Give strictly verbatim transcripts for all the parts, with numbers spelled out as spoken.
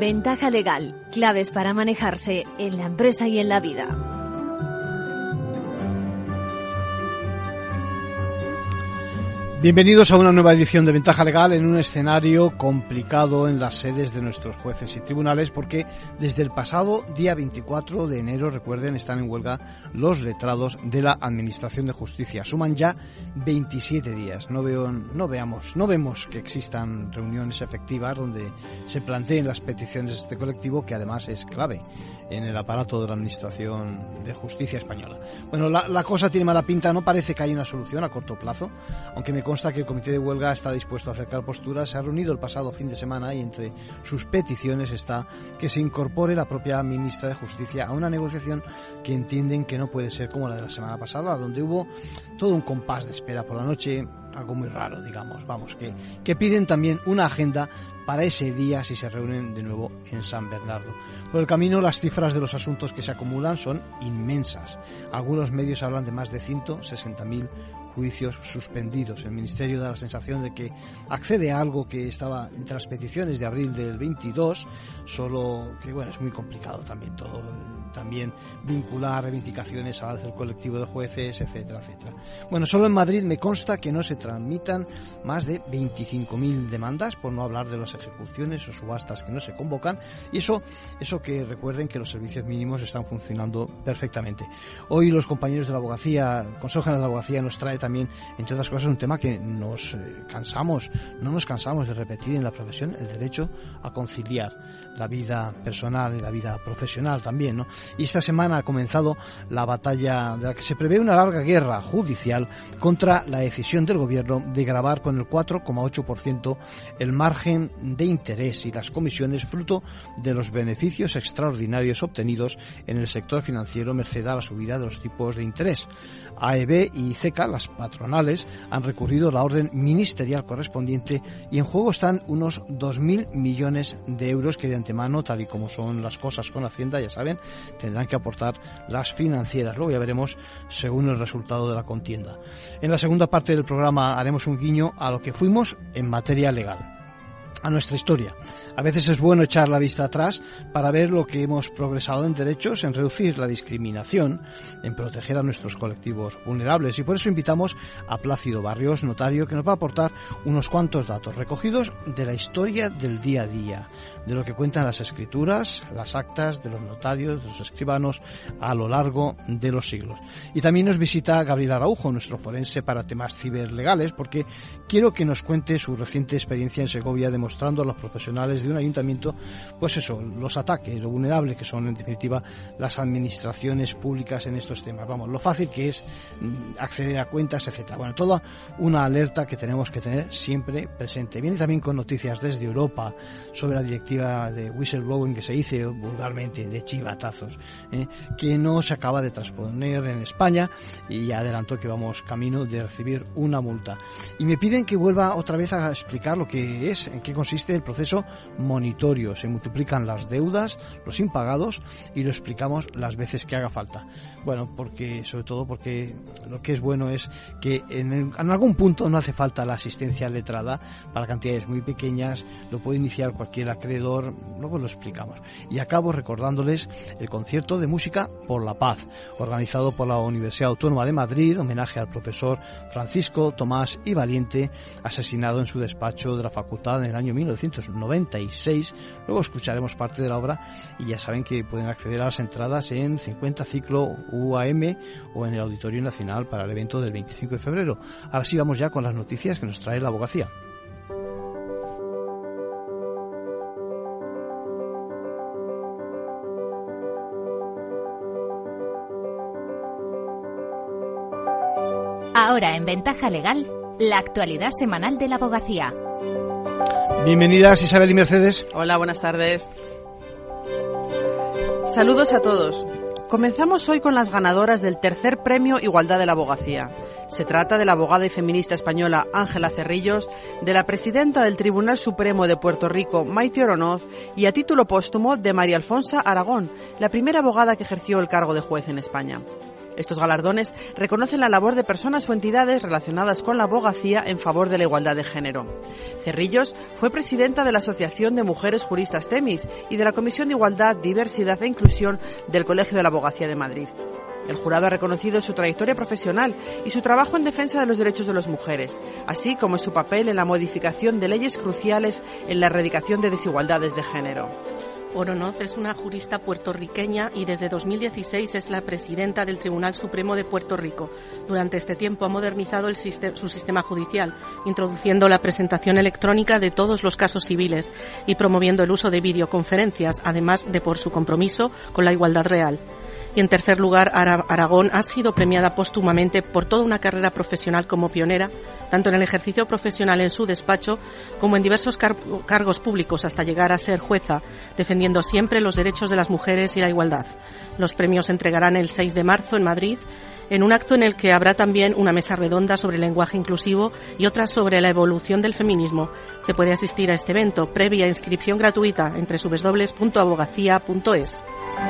Ventaja legal, claves para manejarse en la empresa y en la vida. Bienvenidos a una nueva edición de Ventaja Legal en un escenario complicado en las sedes de nuestros jueces y tribunales porque desde el pasado día veinticuatro de enero, recuerden, están en huelga los letrados de la Administración de Justicia. Suman ya veintisiete días. No veo, no veamos, no vemos que existan reuniones efectivas donde se planteen las peticiones de este colectivo, que además es clave en el aparato de la Administración de Justicia española. Bueno, la, la cosa tiene mala pinta, no parece que haya una solución a corto plazo, aunque me consta que el Comité de Huelga está dispuesto a acercar posturas. Se ha reunido el pasado fin de semana y entre sus peticiones está que se incorpore la propia ministra de Justicia a una negociación que entienden que no puede ser como la de la semana pasada, donde hubo todo un compás de espera por la noche, algo muy raro, digamos, vamos, que, que piden también una agenda para ese día si se reúnen de nuevo en San Bernardo. Por el camino, las cifras de los asuntos que se acumulan son inmensas. Algunos medios hablan de más de ciento sesenta mil juicios suspendidos. El Ministerio da la sensación de que accede a algo que estaba entre las peticiones de abril del veintidós, solo que, bueno, es muy complicado también todo, también vincular reivindicaciones a las del colectivo de jueces, etcétera, etcétera. Bueno, solo en Madrid me consta que no se tramitan más de veinticinco mil demandas, por no hablar de las ejecuciones o subastas que no se convocan, y eso, eso que recuerden que los servicios mínimos están funcionando perfectamente. Hoy los compañeros de la abogacía, el Consejo General de la Abogacía nos trae también, entre otras cosas, un tema que nos eh, cansamos, no nos cansamos de repetir en la profesión, el derecho a conciliar la vida personal y la vida profesional también, ¿no? Y esta semana ha comenzado la batalla de la que se prevé una larga guerra judicial contra la decisión del Gobierno de gravar con el cuatro coma ocho por ciento el margen de interés y las comisiones fruto de los beneficios extraordinarios obtenidos en el sector financiero merced a la subida de los tipos de interés. A E B y C E C A, las patronales, han recurrido a la orden ministerial correspondiente y en juego están unos dos mil millones de euros que de antemano, tal y como son las cosas con Hacienda, ya saben, tendrán que aportar las financieras. Luego ya veremos según el resultado de la contienda. En la segunda parte del programa haremos un guiño a lo que fuimos en materia legal, a nuestra historia. A veces es bueno echar la vista atrás para ver lo que hemos progresado en derechos, en reducir la discriminación, en proteger a nuestros colectivos vulnerables, y por eso invitamos a Plácido Barrios, notario, que nos va a aportar unos cuantos datos recogidos de la historia del día a día, de lo que cuentan las escrituras, las actas de los notarios, de los escribanos a lo largo de los siglos. Y también nos visita Gabriel Araujo, nuestro forense para temas ciberlegales, porque quiero que nos cuente su reciente experiencia en Segovia demostrando a los profesionales de un ayuntamiento, pues eso, los ataques, lo vulnerable que son en definitiva las administraciones públicas en estos temas. Vamos, lo fácil que es acceder a cuentas, etcétera. Bueno, toda una alerta que tenemos que tener siempre presente. Viene también con noticias desde Europa sobre la directiva de whistleblowing que se dice vulgarmente de chivatazos, ¿eh? que no se acaba de transponer en España y adelanto que vamos camino de recibir una multa. Y me piden que vuelva otra vez a explicar lo que es, en qué consiste el proceso monitorio. Se multiplican las deudas, los impagados, y lo explicamos las veces que haga falta. Bueno, porque sobre todo porque lo que es bueno es que en, el, en algún punto no hace falta la asistencia letrada para cantidades muy pequeñas, lo puede iniciar cualquier acreedor, luego lo explicamos. Y acabo recordándoles el concierto de música por la paz, organizado por la Universidad Autónoma de Madrid, homenaje al profesor Francisco Tomás y Valiente, asesinado en su despacho de la facultad en el año mil novecientos noventa y seis. Luego escucharemos parte de la obra y ya saben que pueden acceder a las entradas en cincuenta Ciclo U A M o en el Auditorio Nacional para el evento del veinticinco de febrero. Ahora sí, vamos ya con las noticias que nos trae la abogacía. Ahora en Ventaja Legal, la actualidad semanal de la abogacía. Bienvenidas Isabel y Mercedes. Hola, buenas tardes. Saludos a todos. Comenzamos hoy con las ganadoras del tercer premio Igualdad de la Abogacía. Se trata de la abogada y feminista española Ángela Cerrillos, de la presidenta del Tribunal Supremo de Puerto Rico, Maite Oronoz, y a título póstumo de María Alfonsa Aragón, la primera abogada que ejerció el cargo de juez en España. Estos galardones reconocen la labor de personas o entidades relacionadas con la abogacía en favor de la igualdad de género. Cerrillos fue presidenta de la Asociación de Mujeres Juristas Temis y de la Comisión de Igualdad, Diversidad e Inclusión del Colegio de la Abogacía de Madrid. El jurado ha reconocido su trayectoria profesional y su trabajo en defensa de los derechos de las mujeres, así como su papel en la modificación de leyes cruciales en la erradicación de desigualdades de género. Oronoz es una jurista puertorriqueña y desde dos mil dieciséis es la presidenta del Tribunal Supremo de Puerto Rico. Durante este tiempo ha modernizado el sistema, su sistema judicial, introduciendo la presentación electrónica de todos los casos civiles y promoviendo el uso de videoconferencias, además de por su compromiso con la igualdad real. Y en tercer lugar, Ara- Aragón ha sido premiada póstumamente por toda una carrera profesional como pionera, tanto en el ejercicio profesional en su despacho como en diversos car- cargos públicos hasta llegar a ser jueza, defendiendo siempre los derechos de las mujeres y la igualdad. Los premios se entregarán el seis de marzo en Madrid, en un acto en el que habrá también una mesa redonda sobre el lenguaje inclusivo y otra sobre la evolución del feminismo. Se puede asistir a este evento previa inscripción gratuita en doble u doble u doble u punto abogacía punto es.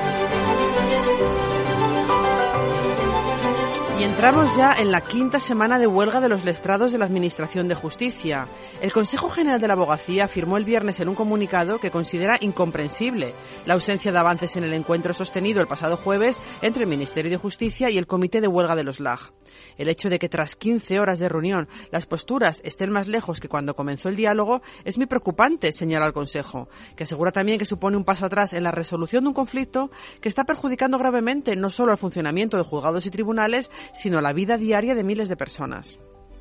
Y entramos ya en la quinta semana de huelga de los letrados de la Administración de Justicia. El Consejo General de la Abogacía afirmó el viernes en un comunicado que considera incomprensible la ausencia de avances en el encuentro sostenido el pasado jueves entre el Ministerio de Justicia y el Comité de Huelga de los L A G. El hecho de que tras quince horas de reunión las posturas estén más lejos que cuando comenzó el diálogo es muy preocupante, señala el Consejo, que asegura también que supone un paso atrás en la resolución de un conflicto que está perjudicando gravemente no solo al funcionamiento de juzgados y tribunales, sino la vida diaria de miles de personas.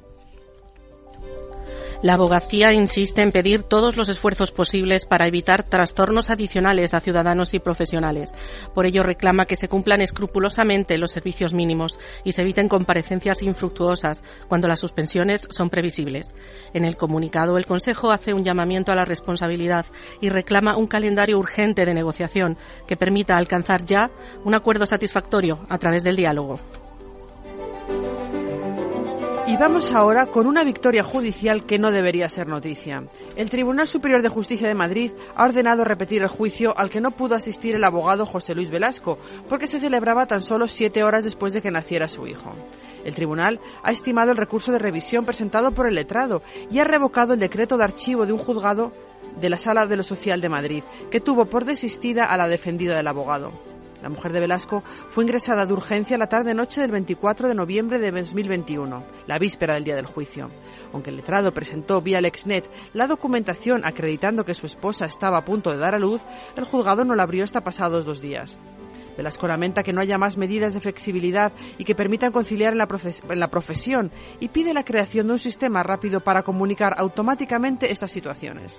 La abogacía insiste en pedir todos los esfuerzos posibles para evitar trastornos adicionales a ciudadanos y profesionales. Por ello reclama que se cumplan escrupulosamente los servicios mínimos y se eviten comparecencias infructuosas cuando las suspensiones son previsibles. En el comunicado, el Consejo hace un llamamiento a la responsabilidad y reclama un calendario urgente de negociación que permita alcanzar ya un acuerdo satisfactorio a través del diálogo. Y vamos ahora con una victoria judicial que no debería ser noticia. El Tribunal Superior de Justicia de Madrid ha ordenado repetir el juicio al que no pudo asistir el abogado José Luis Velasco, porque se celebraba tan solo siete horas después de que naciera su hijo. El tribunal ha estimado el recurso de revisión presentado por el letrado y ha revocado el decreto de archivo de un juzgado de la Sala de lo Social de Madrid, que tuvo por desistida a la defendida del abogado. La mujer de Velasco fue ingresada de urgencia la tarde-noche del veinticuatro de noviembre de dos mil veintiuno, la víspera del día del juicio. Aunque el letrado presentó vía Lexnet la documentación acreditando que su esposa estaba a punto de dar a luz, el juzgado no la abrió hasta pasados dos días. Velasco lamenta que no haya más medidas de flexibilidad y que permitan conciliar en la, profes- en la profesión y pide la creación de un sistema rápido para comunicar automáticamente estas situaciones.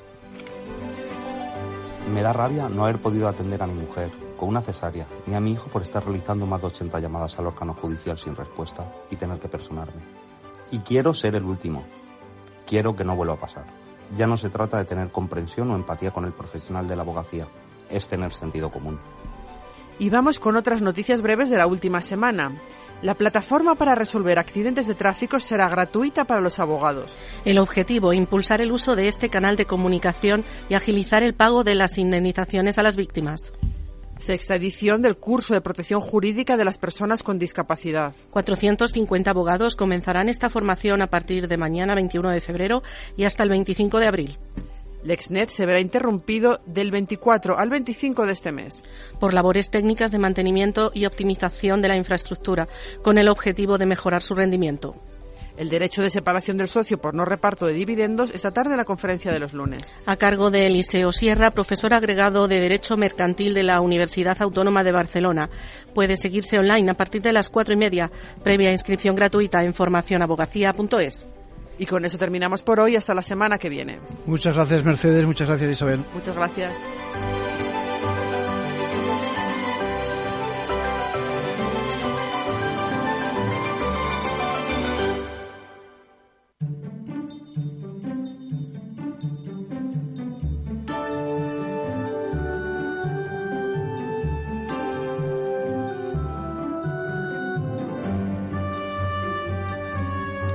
Me da rabia no haber podido atender a mi mujer con una cesárea, ni a mi hijo por estar realizando más de ochenta llamadas al órgano judicial sin respuesta y tener que personarme. Y quiero ser el último. Quiero que no vuelva a pasar. Ya no se trata de tener comprensión o empatía con el profesional de la abogacía, es tener sentido común. Y vamos con otras noticias breves de la última semana. La plataforma para resolver accidentes de tráfico será gratuita para los abogados. El objetivo, impulsar el uso de este canal de comunicación y agilizar el pago de las indemnizaciones a las víctimas. Sexta edición del curso de protección jurídica de las personas con discapacidad. cuatrocientos cincuenta abogados comenzarán esta formación a partir de mañana veintiuno de febrero y hasta el veinticinco de abril. Lexnet se verá interrumpido del veinticuatro al veinticinco de este mes. Por labores técnicas de mantenimiento y optimización de la infraestructura, con el objetivo de mejorar su rendimiento. El derecho de separación del socio por no reparto de dividendos esta tarde en la conferencia de los lunes. A cargo de Eliseo Sierra, profesor agregado de Derecho Mercantil de la Universidad Autónoma de Barcelona. Puede seguirse online a partir de las cuatro y media, previa inscripción gratuita en formación abogacía punto es. Y con eso terminamos por hoy, hasta la semana que viene. Muchas gracias, Mercedes, muchas gracias, Isabel. Muchas gracias.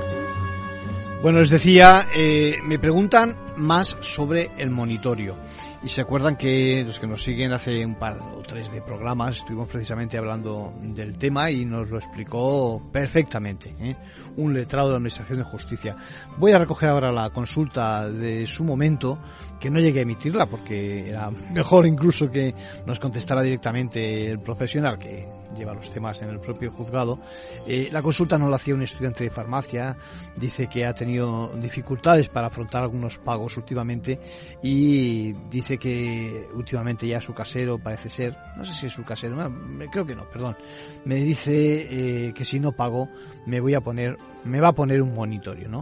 Bueno, les decía, eh, me preguntan más sobre el monitorio. Y se acuerdan que los que nos siguen hace un par o tres de programas estuvimos precisamente hablando del tema y nos lo explicó perfectamente, ¿eh? Un letrado de la Administración de Justicia. Voy a recoger ahora la consulta de su momento, que no llegué a emitirla porque era mejor incluso que nos contestara directamente el profesional que lleva los temas en el propio juzgado. Eh, la consulta no la hacía un estudiante de farmacia, dice que ha tenido dificultades para afrontar algunos pagos últimamente y dice que últimamente ya su casero parece ser, no sé si es su casero, no, creo que no, perdón, me dice eh, que si no pago me voy a poner, me va a poner un monitorio, ¿no?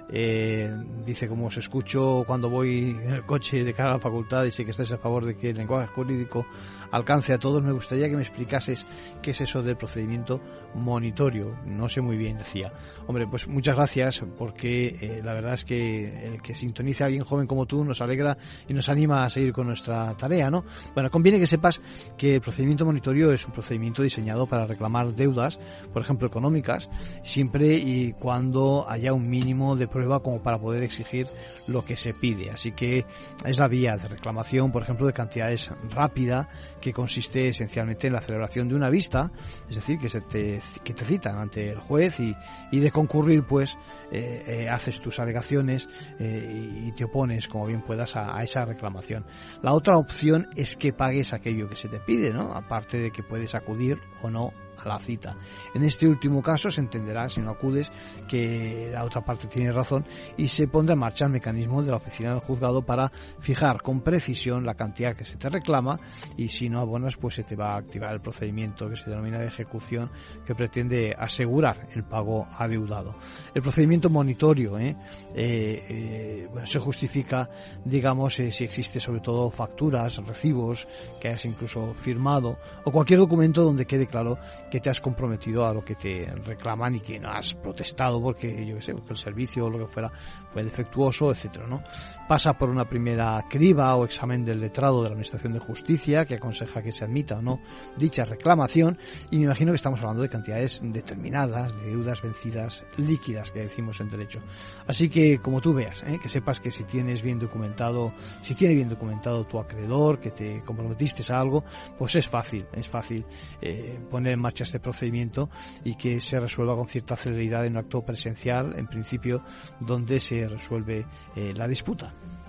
Eh, dice, como os escucho cuando voy en el coche de cara a la facultad, dice que estáis a favor de que el lenguaje jurídico alcance a todos. Me gustaría que me explicases qué es eso del procedimiento monitorio. No sé muy bien, decía. Hombre, pues muchas gracias, porque eh, la verdad es que el que sintonice a alguien joven como tú nos alegra y nos anima a seguir con nuestra tarea, ¿no? Bueno, conviene que sepas que el procedimiento monitorio es un procedimiento diseñado para reclamar deudas, por ejemplo económicas, siempre y cuando haya un mínimo de prueba como para poder exigir lo que se pide. Así que es la vía de reclamación, por ejemplo, de cantidades rápida, que consiste esencialmente en la celebración de una vista, es decir, que se te, que te citan ante el juez y, y de concurrir, pues eh, eh, haces tus alegaciones eh, y te opones como bien puedas a, a esa reclamación. La otra opción es que pagues aquello que se te pide, ¿no? Aparte de que puedes acudir o no a la cita. En este último caso se entenderá, si no acudes, que la otra parte tiene razón y se pondrá en marcha el mecanismo de la oficina del juzgado para fijar con precisión la cantidad que se te reclama, y si no abonas, pues se te va a activar el procedimiento que se denomina de ejecución, que pretende asegurar el pago adeudado. El procedimiento monitorio ¿eh? Eh, eh, bueno, se justifica, digamos, eh, si existe sobre todo facturas, recibos que hayas incluso firmado o cualquier documento donde quede claro que te has comprometido a lo que te reclaman y que no has protestado porque, yo qué sé, porque el servicio o lo que fuera fue defectuoso, etcétera, ¿no? Pasa por una primera criba o examen del letrado de la Administración de Justicia, que aconseja que se admita o no dicha reclamación, y me imagino que estamos hablando de cantidades determinadas, de deudas vencidas líquidas, que decimos en derecho. Así que, como tú veas, ¿eh? que sepas que si tienes bien documentado, si tiene bien documentado tu acreedor, que te comprometiste a algo, pues es fácil, es fácil eh, poner en marcha este procedimiento y que se resuelva con cierta celeridad en un acto presencial, en principio, donde se resuelve eh, la disputa.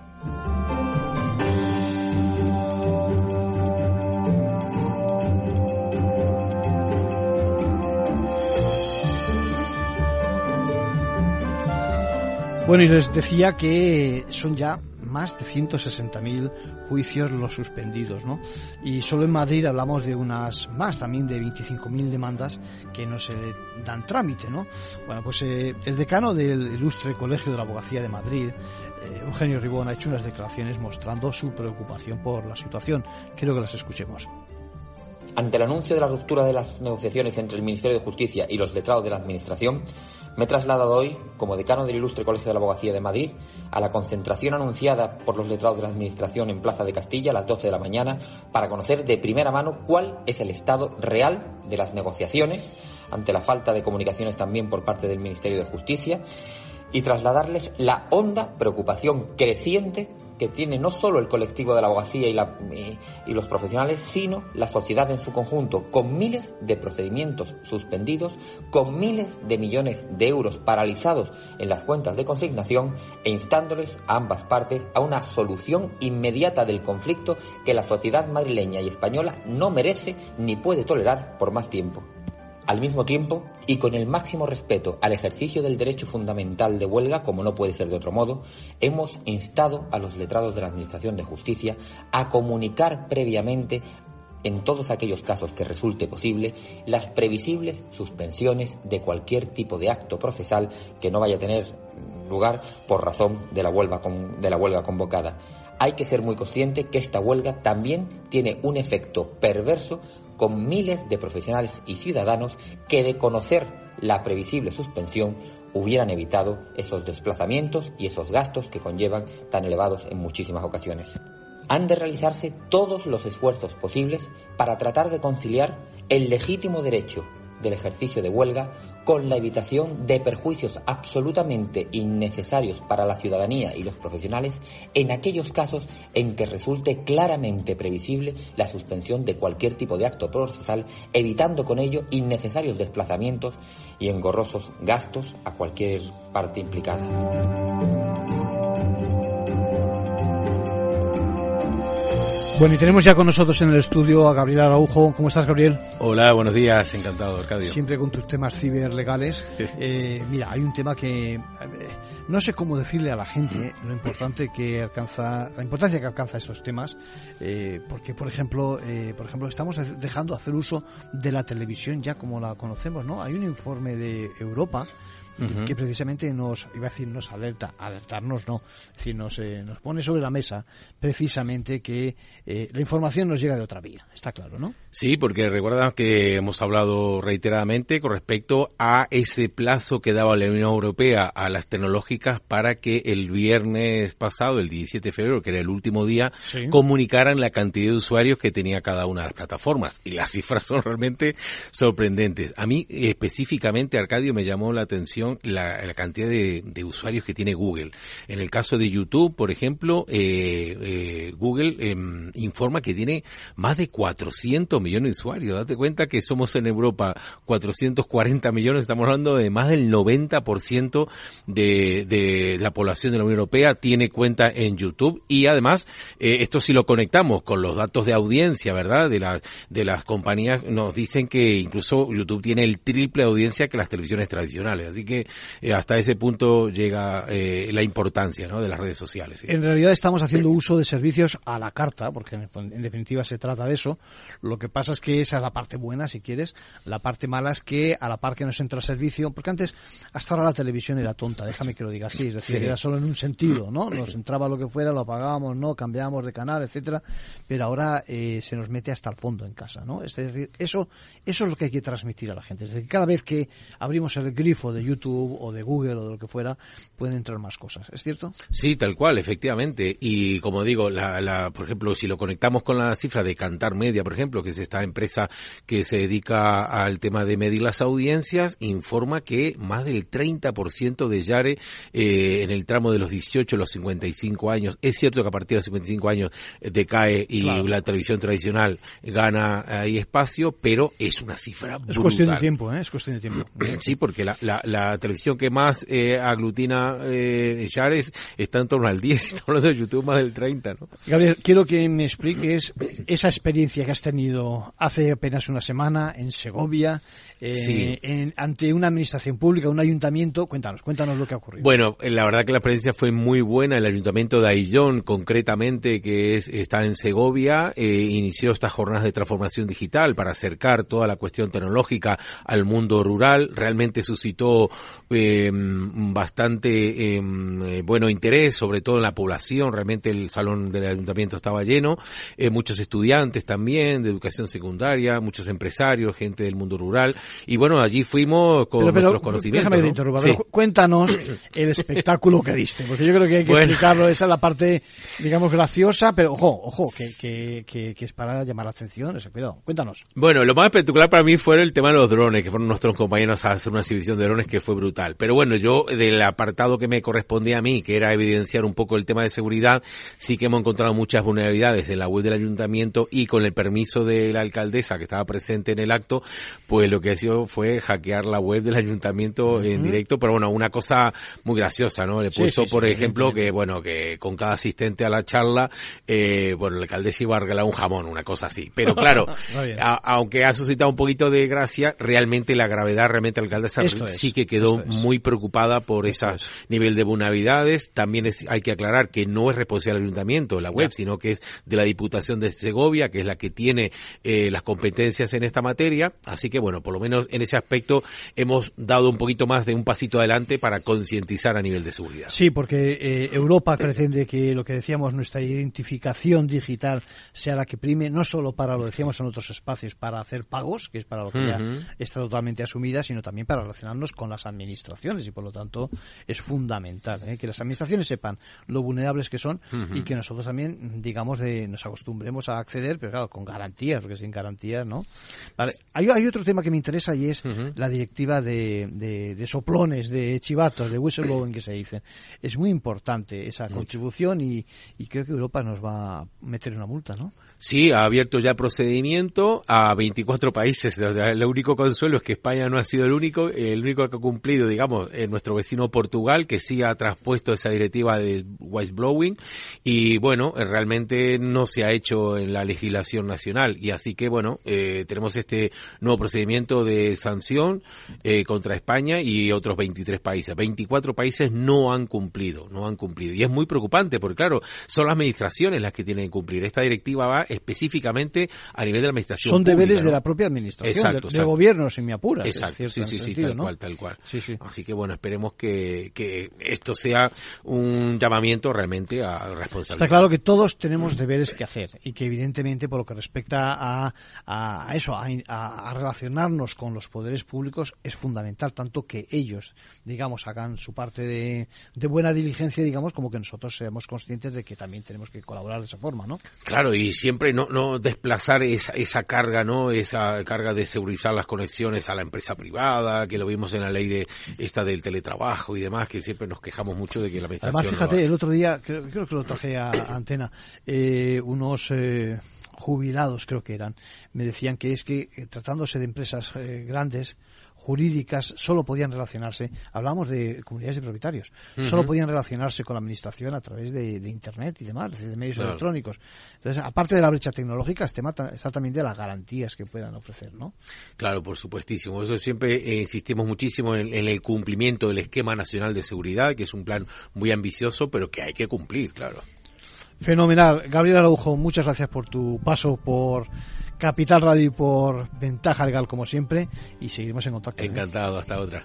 Bueno, y les decía que son ya más de ciento sesenta mil juicios los suspendidos, ¿no? Y solo en Madrid hablamos de unas más, también de veinticinco mil demandas que no se dan trámite, ¿no? Bueno, pues eh, el decano del ilustre Colegio de la Abogacía de Madrid, eh, Eugenio Ribón, ha hecho unas declaraciones mostrando su preocupación por la situación. Quiero que las escuchemos. Ante el anuncio de la ruptura de las negociaciones entre el Ministerio de Justicia y los letrados de la Administración, me he trasladado hoy, como decano del Ilustre Colegio de la Abogacía de Madrid, a la concentración anunciada por los letrados de la Administración en Plaza de Castilla a las doce de la mañana para conocer de primera mano cuál es el estado real de las negociaciones, ante la falta de comunicaciones también por parte del Ministerio de Justicia, y trasladarles la honda preocupación creciente que tiene no solo el colectivo de la abogacía y, la, y, y los profesionales, sino la sociedad en su conjunto, con miles de procedimientos suspendidos, con miles de millones de euros paralizados en las cuentas de consignación, e instándoles a ambas partes a una solución inmediata del conflicto que la sociedad madrileña y española no merece ni puede tolerar por más tiempo. Al mismo tiempo, y con el máximo respeto al ejercicio del derecho fundamental de huelga, como no puede ser de otro modo, hemos instado a los letrados de la Administración de Justicia a comunicar previamente, en todos aquellos casos que resulte posible, las previsibles suspensiones de cualquier tipo de acto procesal que no vaya a tener lugar por razón de la huelga, con, de la huelga convocada. Hay que ser muy consciente que esta huelga también tiene un efecto perverso con miles de profesionales y ciudadanos que, de conocer la previsible suspensión, hubieran evitado esos desplazamientos y esos gastos que conllevan tan elevados en muchísimas ocasiones. Han de realizarse todos los esfuerzos posibles para tratar de conciliar el legítimo derecho del ejercicio de huelga con la evitación de perjuicios absolutamente innecesarios para la ciudadanía y los profesionales en aquellos casos en que resulte claramente previsible la suspensión de cualquier tipo de acto procesal, evitando con ello innecesarios desplazamientos y engorrosos gastos a cualquier parte implicada. Bueno, y tenemos ya con nosotros en el estudio a Gabriel Araujo. ¿Cómo estás, Gabriel? Hola, buenos días, encantado, Arcadio. Siempre con tus temas ciberlegales. Eh, mira, hay un tema que eh, no sé cómo decirle a la gente eh, lo importante que alcanza, la importancia que alcanza estos temas, eh, porque por ejemplo, eh, por ejemplo, estamos dejando de hacer uso de la televisión ya como la conocemos, ¿no? Hay un informe de Europa Uh-huh. que precisamente nos, iba a decir, nos alerta, alertarnos no, es decir, nos, eh, nos pone sobre la mesa precisamente que eh, la información nos llega de otra vía, está claro, ¿no? Sí, porque recuerda que hemos hablado reiteradamente con respecto a ese plazo que daba la Unión Europea a las tecnológicas para que el viernes pasado, el diecisiete de febrero, que era el último día, sí, comunicaran la cantidad de usuarios que tenía cada una de las plataformas, y las cifras son realmente sorprendentes. A mí específicamente, Arcadio, me llamó la atención La, la cantidad de, de usuarios que tiene Google. En el caso de YouTube, por ejemplo, eh, eh, Google eh, informa que tiene más de cuatrocientos millones de usuarios. Date cuenta que somos en Europa cuatrocientos cuarenta millones, estamos hablando de más del noventa por ciento de, de la población de la Unión Europea tiene cuenta en YouTube, y además, eh, esto si lo conectamos con los datos de audiencia, ¿verdad?, de, la, de las compañías, nos dicen que incluso YouTube tiene el triple de audiencia que las televisiones tradicionales, así que Eh, hasta ese punto llega eh, la importancia, ¿no?, de las redes sociales. ¿Sí? En realidad estamos haciendo uso de servicios a la carta, porque en, en definitiva se trata de eso. Lo que pasa es que esa es la parte buena, si quieres. La parte mala es que a la par que nos entra el servicio, porque antes, hasta ahora la televisión era tonta, déjame que lo diga así, es decir, sí, era solo en un sentido, ¿no? Nos entraba lo que fuera, lo apagábamos, ¿no?, cambiábamos de canal, etcétera, pero ahora eh, se nos mete hasta el fondo en casa, ¿no? Es decir, eso, eso es lo que hay que transmitir a la gente. Es decir, cada vez que abrimos el grifo de YouTube o de Google o de lo que fuera, pueden entrar más cosas, ¿es cierto? Sí, tal cual, efectivamente, y como digo, la, la, por ejemplo, si lo conectamos con la cifra de Kantar Media, por ejemplo, que es esta empresa que se dedica al tema de medir las audiencias, informa que más del treinta por ciento de Yare eh, en el tramo de los dieciocho a los cincuenta y cinco años, es cierto que a partir de los cincuenta y cinco años decae y claro, la televisión tradicional gana ahí espacio, pero es una cifra brutal. Es cuestión de tiempo, ¿eh? Es cuestión de tiempo. Sí, porque la, la, la televisión que más eh, aglutina eh, Shares está en torno al diez, estamos hablando de YouTube más del treinta, ¿no? Gabriel, quiero que me expliques esa experiencia que has tenido hace apenas una semana en Segovia, eh, sí, en, ante una administración pública, un ayuntamiento. Cuéntanos, cuéntanos lo que ha ocurrido. Bueno, la verdad que la experiencia fue muy buena. El ayuntamiento de Ayllón, concretamente, que es está en Segovia, eh, inició estas jornadas de transformación digital para acercar toda la cuestión tecnológica al mundo rural. Realmente suscitó eh, bastante eh, bueno interés, sobre todo en la población. Realmente el salón del ayuntamiento estaba lleno, eh, muchos estudiantes también de educación secundaria, muchos empresarios, gente del mundo rural, y bueno, allí fuimos con pero, pero, nuestros conocimientos. Déjame que ¿no? te interrumpa, sí. pero cuéntanos el espectáculo que diste, porque yo creo que hay que bueno. explicarlo. Esa es la parte, digamos, graciosa, pero ojo, ojo, que, que, que, que es para llamar la atención, ese cuidado. Cuéntanos. Bueno, lo más espectacular para mí fue el tema de los drones, que fueron nuestros compañeros a hacer una exhibición de drones que fue brutal. Pero bueno, yo del apartado que me correspondía a mí, que era evidenciar un poco el tema de seguridad, sí que hemos encontrado muchas vulnerabilidades en la web del ayuntamiento, y con el permiso de la alcaldesa que estaba presente en el acto, pues lo que ha sido fue hackear la web del ayuntamiento uh-huh. en directo, pero bueno, una cosa muy graciosa, ¿no? Le sí, puso, sí, por sí, ejemplo, sí, que bueno, que con cada asistente a la charla, eh, bueno, la alcaldesa iba a regalar un jamón, una cosa así. Pero claro, a, aunque ha suscitado un poquito de gracia, realmente la gravedad, realmente la alcaldesa Esto sí es. que quedó muy preocupada por ese nivel de vulnerabilidades. También es, hay que aclarar que no es responsabilidad del ayuntamiento la web, ya. sino que es de la Diputación de Segovia, que es la que tiene eh, las competencias en esta materia. Así que bueno, por lo menos en ese aspecto hemos dado un poquito más de un pasito adelante para concientizar a nivel de seguridad. Sí, porque eh, Europa pretende que lo que decíamos, nuestra identificación digital sea la que prime, no solo para, lo decíamos en otros espacios, para hacer pagos, que es para lo que uh-huh. ya está totalmente asumida, sino también para relacionarnos con las las administraciones y por lo tanto es fundamental, ¿eh? que las administraciones sepan lo vulnerables que son uh-huh. y que nosotros también, digamos, de, nos acostumbremos a acceder, pero claro, con garantías, porque sin garantías, ¿no? Vale. Hay, hay otro tema que me interesa y es uh-huh. la directiva de, de, de soplones, de chivatos, de whistleblowing que se dice. Es muy importante esa Mucho. contribución y, y creo que Europa nos va a meter una multa, ¿no? Sí, ha abierto ya procedimiento a veinticuatro países. O sea, el único consuelo es que España no ha sido el único, el único que ha cumplido, digamos, es nuestro vecino Portugal, que sí ha traspuesto esa directiva de whistleblowing y bueno, realmente no se ha hecho en la legislación nacional y así que bueno, eh, tenemos este nuevo procedimiento de sanción eh, contra España y otros veintitrés países. veinticuatro países no han cumplido, no han cumplido y es muy preocupante porque claro, son las administraciones las que tienen que cumplir. Esta directiva va específicamente a nivel de la administración Son pública, deberes ¿no? de la propia administración, exacto, de, exacto. del gobierno, si me apuras. Exacto, es cierto, sí, sí, sí, sentido, tal ¿no? cual, tal cual. Sí, sí. Así que bueno, esperemos que, que esto sea un llamamiento realmente a responsabilidad. Está claro que todos tenemos deberes que hacer y que evidentemente por lo que respecta a, a eso, a, a relacionarnos con los poderes públicos es fundamental, tanto que ellos, digamos, hagan su parte de, de buena diligencia, digamos, como que nosotros seamos conscientes de que también tenemos que colaborar de esa forma, ¿no? Claro, y siempre no, no desplazar esa, esa carga, ¿no? Esa carga de segurizar las conexiones a la empresa privada, que lo vimos en la ley de esta del teletrabajo y demás, que siempre nos quejamos mucho de que la administración... Además, fíjate, el otro día, creo, creo que lo traje a, a Antena, eh, unos... Eh, jubilados creo que eran, me decían que es que eh, tratándose de empresas eh, grandes, jurídicas, solo podían relacionarse, hablamos de comunidades de propietarios, uh-huh. solo podían relacionarse con la administración a través de, de Internet y demás, de medios claro. electrónicos. Entonces, aparte de la brecha tecnológica, este mata, está también de las garantías que puedan ofrecer, ¿no? Claro, por supuestísimo. Eso siempre eh, insistimos muchísimo en, en el cumplimiento del Esquema Nacional de Seguridad, que es un plan muy ambicioso, pero que hay que cumplir, claro. Fenomenal. Gabriel Araujo, muchas gracias por tu paso por Capital Radio y por Ventaja Legal como siempre y seguiremos en contacto. Encantado, ¿eh? Hasta otra.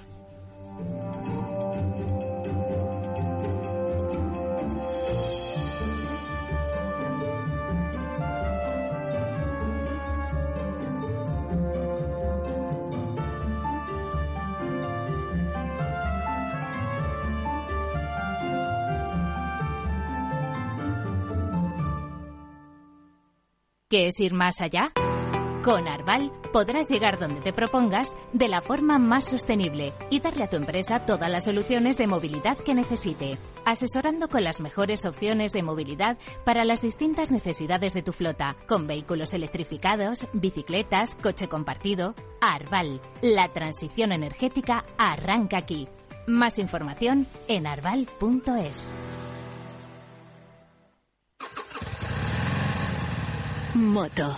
¿Qué es ir más allá? Con Arval podrás llegar donde te propongas de la forma más sostenible y darle a tu empresa todas las soluciones de movilidad que necesite, asesorando con las mejores opciones de movilidad para las distintas necesidades de tu flota, con vehículos electrificados, bicicletas, coche compartido. Arval, la transición energética arranca aquí. Más información en arval punto es. Moto.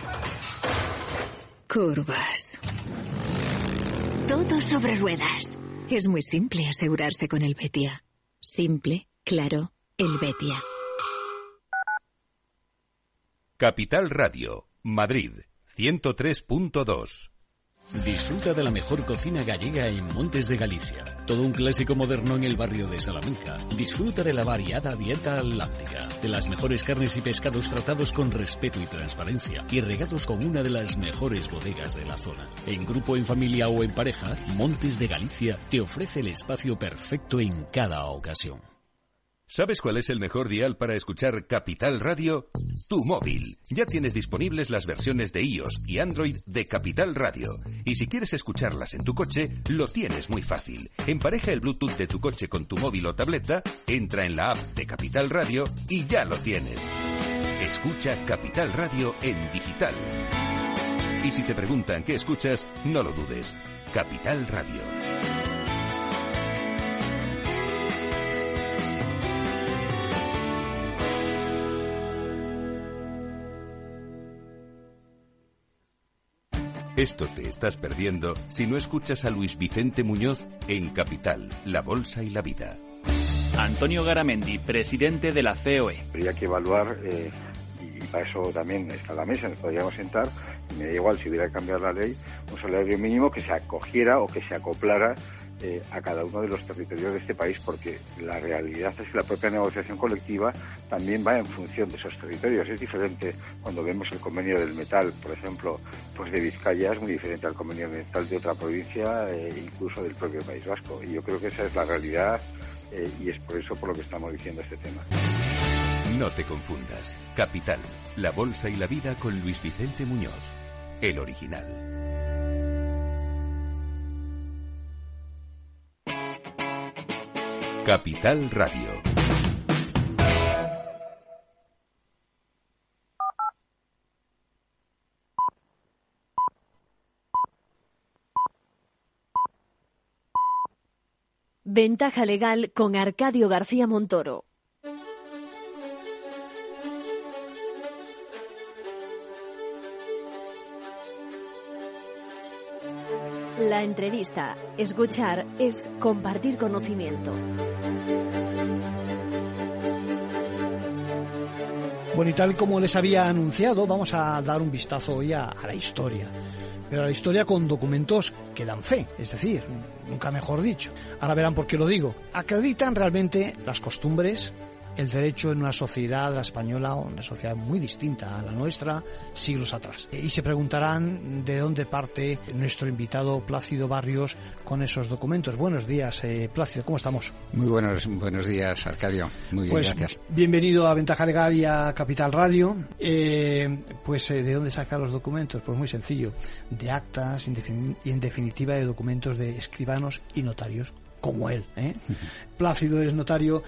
Curvas. Todo sobre ruedas. Es muy simple asegurarse con el Betia. Simple, claro, el Betia. Capital Radio, Madrid, ciento tres punto dos. Disfruta de la mejor cocina gallega en Montes de Galicia. Todo un clásico moderno en el barrio de Salamanca. Disfruta de la variada dieta atlántica, de las mejores carnes y pescados tratados con respeto y transparencia y regados con una de las mejores bodegas de la zona. En grupo, en familia o en pareja, Montes de Galicia te ofrece el espacio perfecto en cada ocasión. ¿Sabes cuál es el mejor dial para escuchar Capital Radio? Tu móvil. Ya tienes disponibles las versiones de iOS y Android de Capital Radio. Y si quieres escucharlas en tu coche, lo tienes muy fácil. Empareja el Bluetooth de tu coche con tu móvil o tableta, entra en la app de Capital Radio y ya lo tienes. Escucha Capital Radio en digital. Y si te preguntan qué escuchas, no lo dudes. Capital Radio. Esto te estás perdiendo si no escuchas a Luis Vicente Muñoz en Capital, La Bolsa y la Vida. Antonio Garamendi, presidente de la C O E. Habría que evaluar, eh, y para eso también está la mesa, nos podríamos sentar, y me da igual si hubiera que cambiar la ley, un salario mínimo que se acogiera o que se acoplara eh, a cada uno de los territorios de este país, porque la realidad es que la propia negociación colectiva también va en función de esos territorios. Es diferente cuando vemos el convenio del metal, por ejemplo, pues de Vizcaya, es muy diferente al convenio del metal de otra provincia, eh, incluso del propio País Vasco. Y yo creo que esa es la realidad eh, y es por eso por lo que estamos diciendo este tema. No te confundas. Capital, la bolsa y la vida con Luis Vicente Muñoz, el original. Capital Radio. Ventaja legal con Arcadio García Montoro. La entrevista, escuchar, es compartir conocimiento. Bueno, y tal como les había anunciado, vamos a dar un vistazo hoy a, a la historia. Pero a la historia con documentos que dan fe, es decir, nunca mejor dicho. Ahora verán por qué lo digo. Acreditan realmente las costumbres, el derecho en una sociedad, la española, una sociedad muy distinta a la nuestra, siglos atrás. Y se preguntarán de dónde parte nuestro invitado Plácido Barrios con esos documentos. Buenos días, eh, Plácido, ¿cómo estamos? Muy buenos, buenos días, Arcadio. Muy bien, pues, gracias. Bienvenido a Ventaja Legal y a Capital Radio. Eh, pues, eh, ¿de dónde saca los documentos? Pues muy sencillo, de actas y en definitiva de documentos de escribanos y notarios, como él, ¿eh? Plácido es notario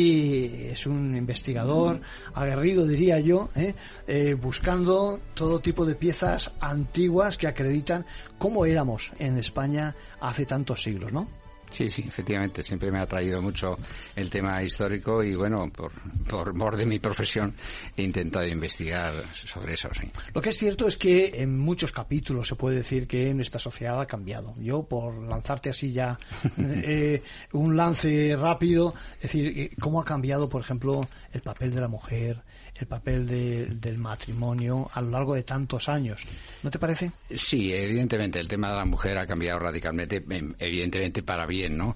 y es un investigador aguerrido, diría yo, ¿eh? Eh, buscando todo tipo de piezas antiguas que acreditan cómo éramos en España hace tantos siglos, ¿no? Sí, sí, efectivamente, siempre me ha atraído mucho el tema histórico y bueno, por, por mor de mi profesión he intentado investigar sobre eso, sí. Lo que es cierto es que en muchos capítulos se puede decir que nuestra sociedad ha cambiado. Yo, por lanzarte así ya eh, un lance rápido, es decir, cómo ha cambiado, por ejemplo, el papel de la mujer, el papel de, del matrimonio a lo largo de tantos años. ¿No te parece? Sí, evidentemente el tema de la mujer ha cambiado radicalmente, evidentemente para bien, ¿no?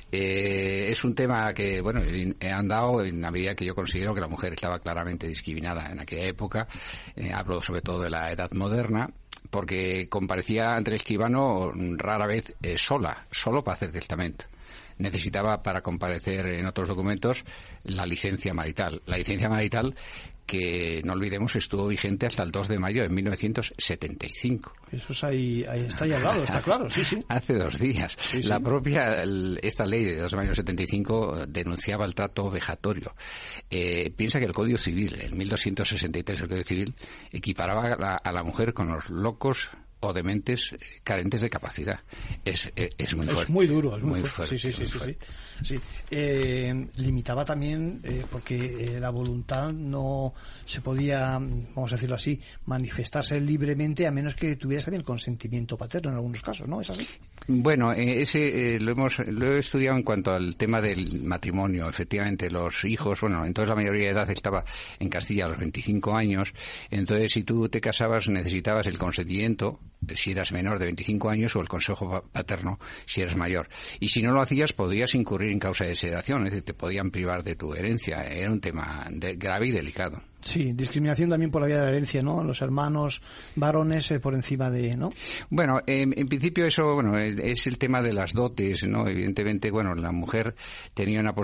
Eh, es un tema que, bueno, he andado en la medida que yo considero que la mujer estaba claramente discriminada en aquella época. Eh, hablo sobre todo de la edad moderna, porque comparecía ante el escribano rara vez eh, sola, solo para hacer testamento. Necesitaba para comparecer en otros documentos la licencia marital. La licencia marital que, no olvidemos, estuvo vigente hasta el dos de mayo de mil novecientos setenta y cinco. Eso es ahí, ahí está ahí al lado, está claro, sí, sí. Hace dos días. Sí, sí. La propia, el, esta ley de dos de mayo de setenta y cinco denunciaba el trato vejatorio. Eh, piensa que el Código Civil, en mil doscientos sesenta y tres el Código Civil, equiparaba a la, a la mujer con los locos o dementes carentes de capacidad. Es, es, es muy fuerte. Es muy duro, es muy, muy fuerte. fuerte. Sí, sí, muy sí, fuerte. sí, sí. Eh, limitaba también, eh, porque eh, la voluntad no se podía, vamos a decirlo así, manifestarse libremente a menos que tuvieras también el consentimiento paterno en algunos casos, ¿no? ¿Es así? Bueno, eh, ese eh, lo hemos lo he estudiado en cuanto al tema del matrimonio. Efectivamente, los hijos, bueno, entonces la mayoría de edad estaba en Castilla a los veinticinco años. Entonces, si tú te casabas, necesitabas el consentimiento si eras menor de veinticinco años o el consejo paterno si eras mayor. Y si no lo hacías, podías incurrir en causa de sedación, es decir, te podían privar de tu herencia. Era un tema de, grave y delicado. Sí, discriminación también por la vía de la herencia, ¿no? Los hermanos varones eh, por encima de, ¿no? Bueno, en, en principio eso, bueno, es, es el tema de las dotes, ¿no? Evidentemente, bueno, la mujer tenía una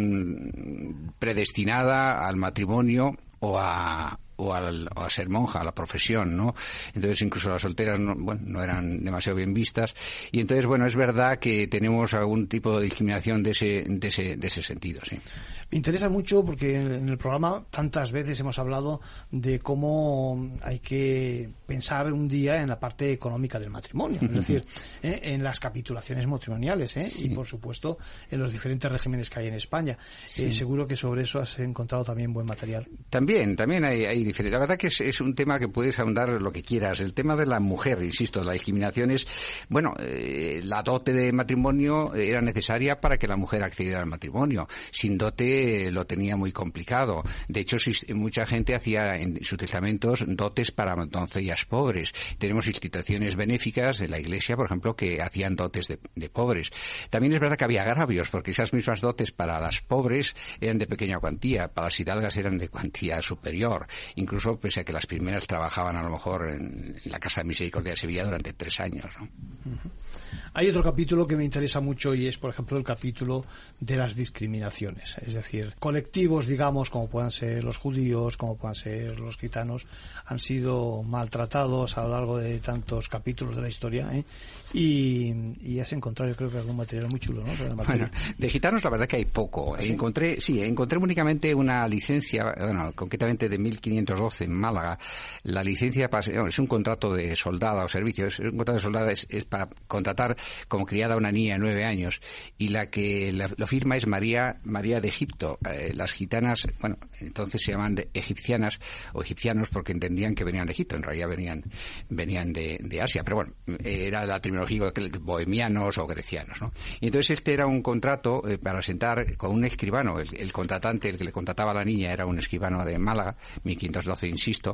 posición predestinada al matrimonio o a o, al, o a ser monja, a la profesión, ¿no? Entonces incluso las solteras no, bueno, no eran demasiado bien vistas y entonces, bueno, es verdad que tenemos algún tipo de discriminación de ese, de ese, de ese sentido, sí. Me interesa mucho porque en el programa tantas veces hemos hablado de cómo hay que pensar un día en la parte económica del matrimonio, es decir, ¿eh? en las capitulaciones matrimoniales, ¿eh? Sí. Y por supuesto en los diferentes regímenes que hay en España. Sí. Eh, seguro que sobre eso has encontrado también buen material. También, también hay, hay diferente. La verdad que es, es un tema que puedes ahondar lo que quieras. El tema de la mujer, insisto, la discriminación es, bueno, eh, la dote de matrimonio era necesaria para que la mujer accediera al matrimonio. Sin dote eh, lo tenía muy complicado. De hecho, si, mucha gente hacía en sus testamentos dotes para doncellas pobres. Tenemos instituciones benéficas de la Iglesia, por ejemplo, que hacían dotes de, de pobres. También es verdad que había agravios, porque esas mismas dotes para las pobres eran de pequeña cuantía, para las hidalgas eran de cuantía superior, incluso pese a que las primeras trabajaban a lo mejor en, en la Casa de Misericordia de Sevilla durante tres años, ¿no? Uh-huh. Hay otro capítulo que me interesa mucho y es, por ejemplo, el capítulo de las discriminaciones. Es decir, colectivos, digamos, como puedan ser los judíos, como puedan ser los gitanos, han sido maltratados a lo largo de tantos capítulos de la historia, ¿eh? y, y has encontrado, yo creo que algún material muy chulo, ¿no? Sobre el bueno, de gitanos la verdad que hay poco. ¿Sí? Encontré, sí, encontré únicamente una licencia, bueno, concretamente de mil quinientos doce en Málaga. La licencia para, bueno, es un contrato de soldada o servicio, es un contrato de soldada es, es para contratar como criada a una niña de nueve años, y la que la, lo firma es María María de Egipto. Eh, las gitanas, bueno, entonces se llaman de egipcianas o egipcianos porque entendían que venían de Egipto, en realidad venían venían de, de Asia, pero bueno, era la terminología de bohemianos o grecianos, ¿no? Y entonces este era un contrato eh, para sentar con un escribano, el, el contratante, el que le contrataba a la niña era un escribano de Málaga, mil quinientos doce, insisto,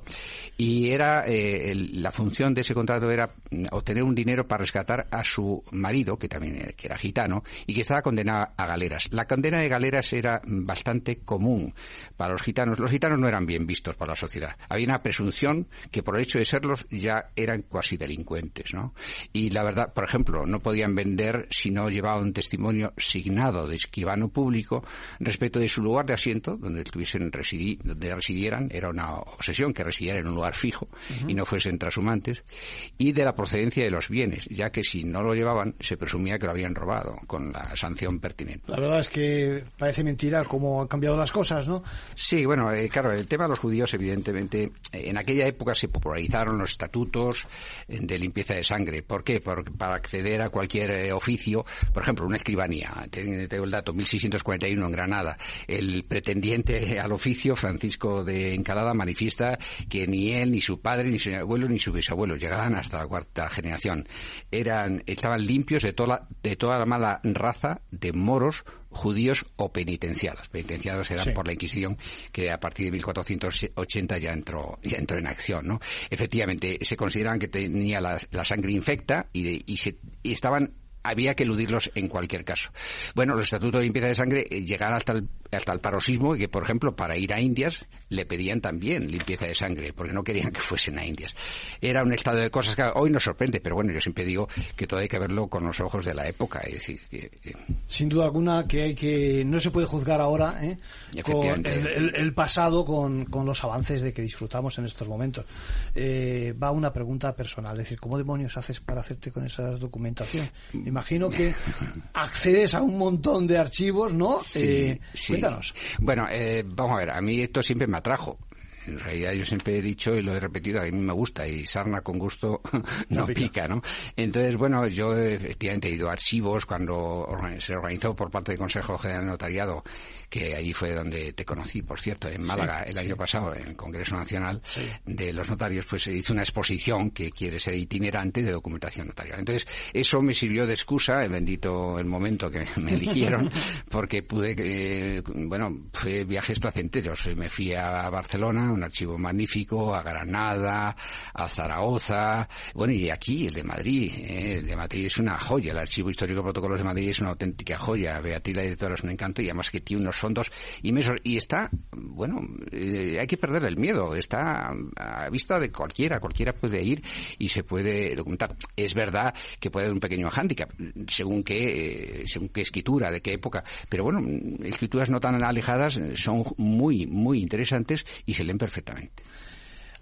y era eh, el, la función de ese contrato era obtener un dinero para rescatar a su marido, que también era, que era gitano, y que estaba condenado a galeras. La condena de galeras era bastante común para los gitanos. Los gitanos no eran bien vistos por la sociedad. Había una presunción que por el hecho de serlos ya eran cuasi delincuentes, ¿no? Y la verdad, por ejemplo, no podían vender si no llevaban un testimonio signado de escribano público respecto de su lugar de asiento, donde estuviesen residi- donde residieran, era una obsesión que residieran en un lugar fijo uh-huh. y no fuesen trashumantes, y de la procedencia de los bienes, ya que si no lo llevaban se presumía que lo habían robado con la sanción pertinente. La verdad es que parece mentira cómo han cambiado las cosas, ¿no? Sí, bueno, eh, claro, el tema de los judíos, evidentemente, eh, en aquella época se popularizaron los estatutos eh, de limpieza de sangre. ¿Por qué? Porque para acceder a cualquier eh, oficio, por ejemplo, una escribanía, tengo el dato, mil seiscientos cuarenta y uno en Granada, el pretendiente al oficio, Francisco de Encalada, manifiesta que ni él, ni su padre, ni su abuelo, ni su bisabuelo llegaban hasta la cuarta generación. Eran, estaban limpios de toda la, de toda la mala raza de moros, judíos o penitenciados. Penitenciados eran sí. por la Inquisición, que a partir de mil cuatrocientos ochenta ya entró ya entró en acción, ¿no? Efectivamente, se consideraban que tenía la, la sangre infecta y, de, y, se, y estaban había que eludirlos en cualquier caso. Bueno, los estatutos de limpieza de sangre eh, llegaron hasta el, hasta el paroxismo, y que, por ejemplo, para ir a Indias le pedían también limpieza de sangre, porque no querían que fuesen a Indias. Era un estado de cosas que hoy nos sorprende, pero bueno, yo siempre digo que todo hay que verlo con los ojos de la época. Es decir, que, eh, sin duda alguna que hay que no se puede juzgar ahora ¿eh? con el, el, el pasado con, con los avances de que disfrutamos en estos momentos. Eh, va una pregunta personal, es decir, ¿cómo demonios haces para hacerte con esa documentación? Imagino que accedes a un montón de archivos, ¿no? Sí, eh, sí. Cuéntanos. Bueno, eh, vamos a ver, a mí esto siempre me atrajo. En realidad yo siempre he dicho y lo he repetido, a mí me gusta, y sarna con gusto no, no pica. pica, ¿no? Entonces, bueno, yo efectivamente he ido a archivos cuando se organizó por parte del Consejo General de Notariado, que allí fue donde te conocí, por cierto, en Málaga, sí, el año sí. pasado, en el Congreso Nacional sí. de los Notarios, pues se hizo una exposición que quiere ser itinerante de documentación notarial. Entonces, eso me sirvió de excusa, bendito el momento que me eligieron, porque pude, eh, bueno, fue viajes placenteros. Me fui a Barcelona, un archivo magnífico, a Granada, a Zaragoza, bueno, y aquí el de Madrid, eh, el de Madrid es una joya, el Archivo Histórico de Protocolos de Madrid es una auténtica joya. Beatriz, la directora, es un encanto, y además que tiene unos fondos inmensos, y está, bueno, eh, hay que perder el miedo, está a vista de cualquiera, cualquiera puede ir y se puede documentar. Es verdad que puede haber un pequeño hándicap, según qué, eh, según qué escritura, de qué época, pero bueno, escrituras no tan alejadas son muy, muy interesantes y se leen perfectamente.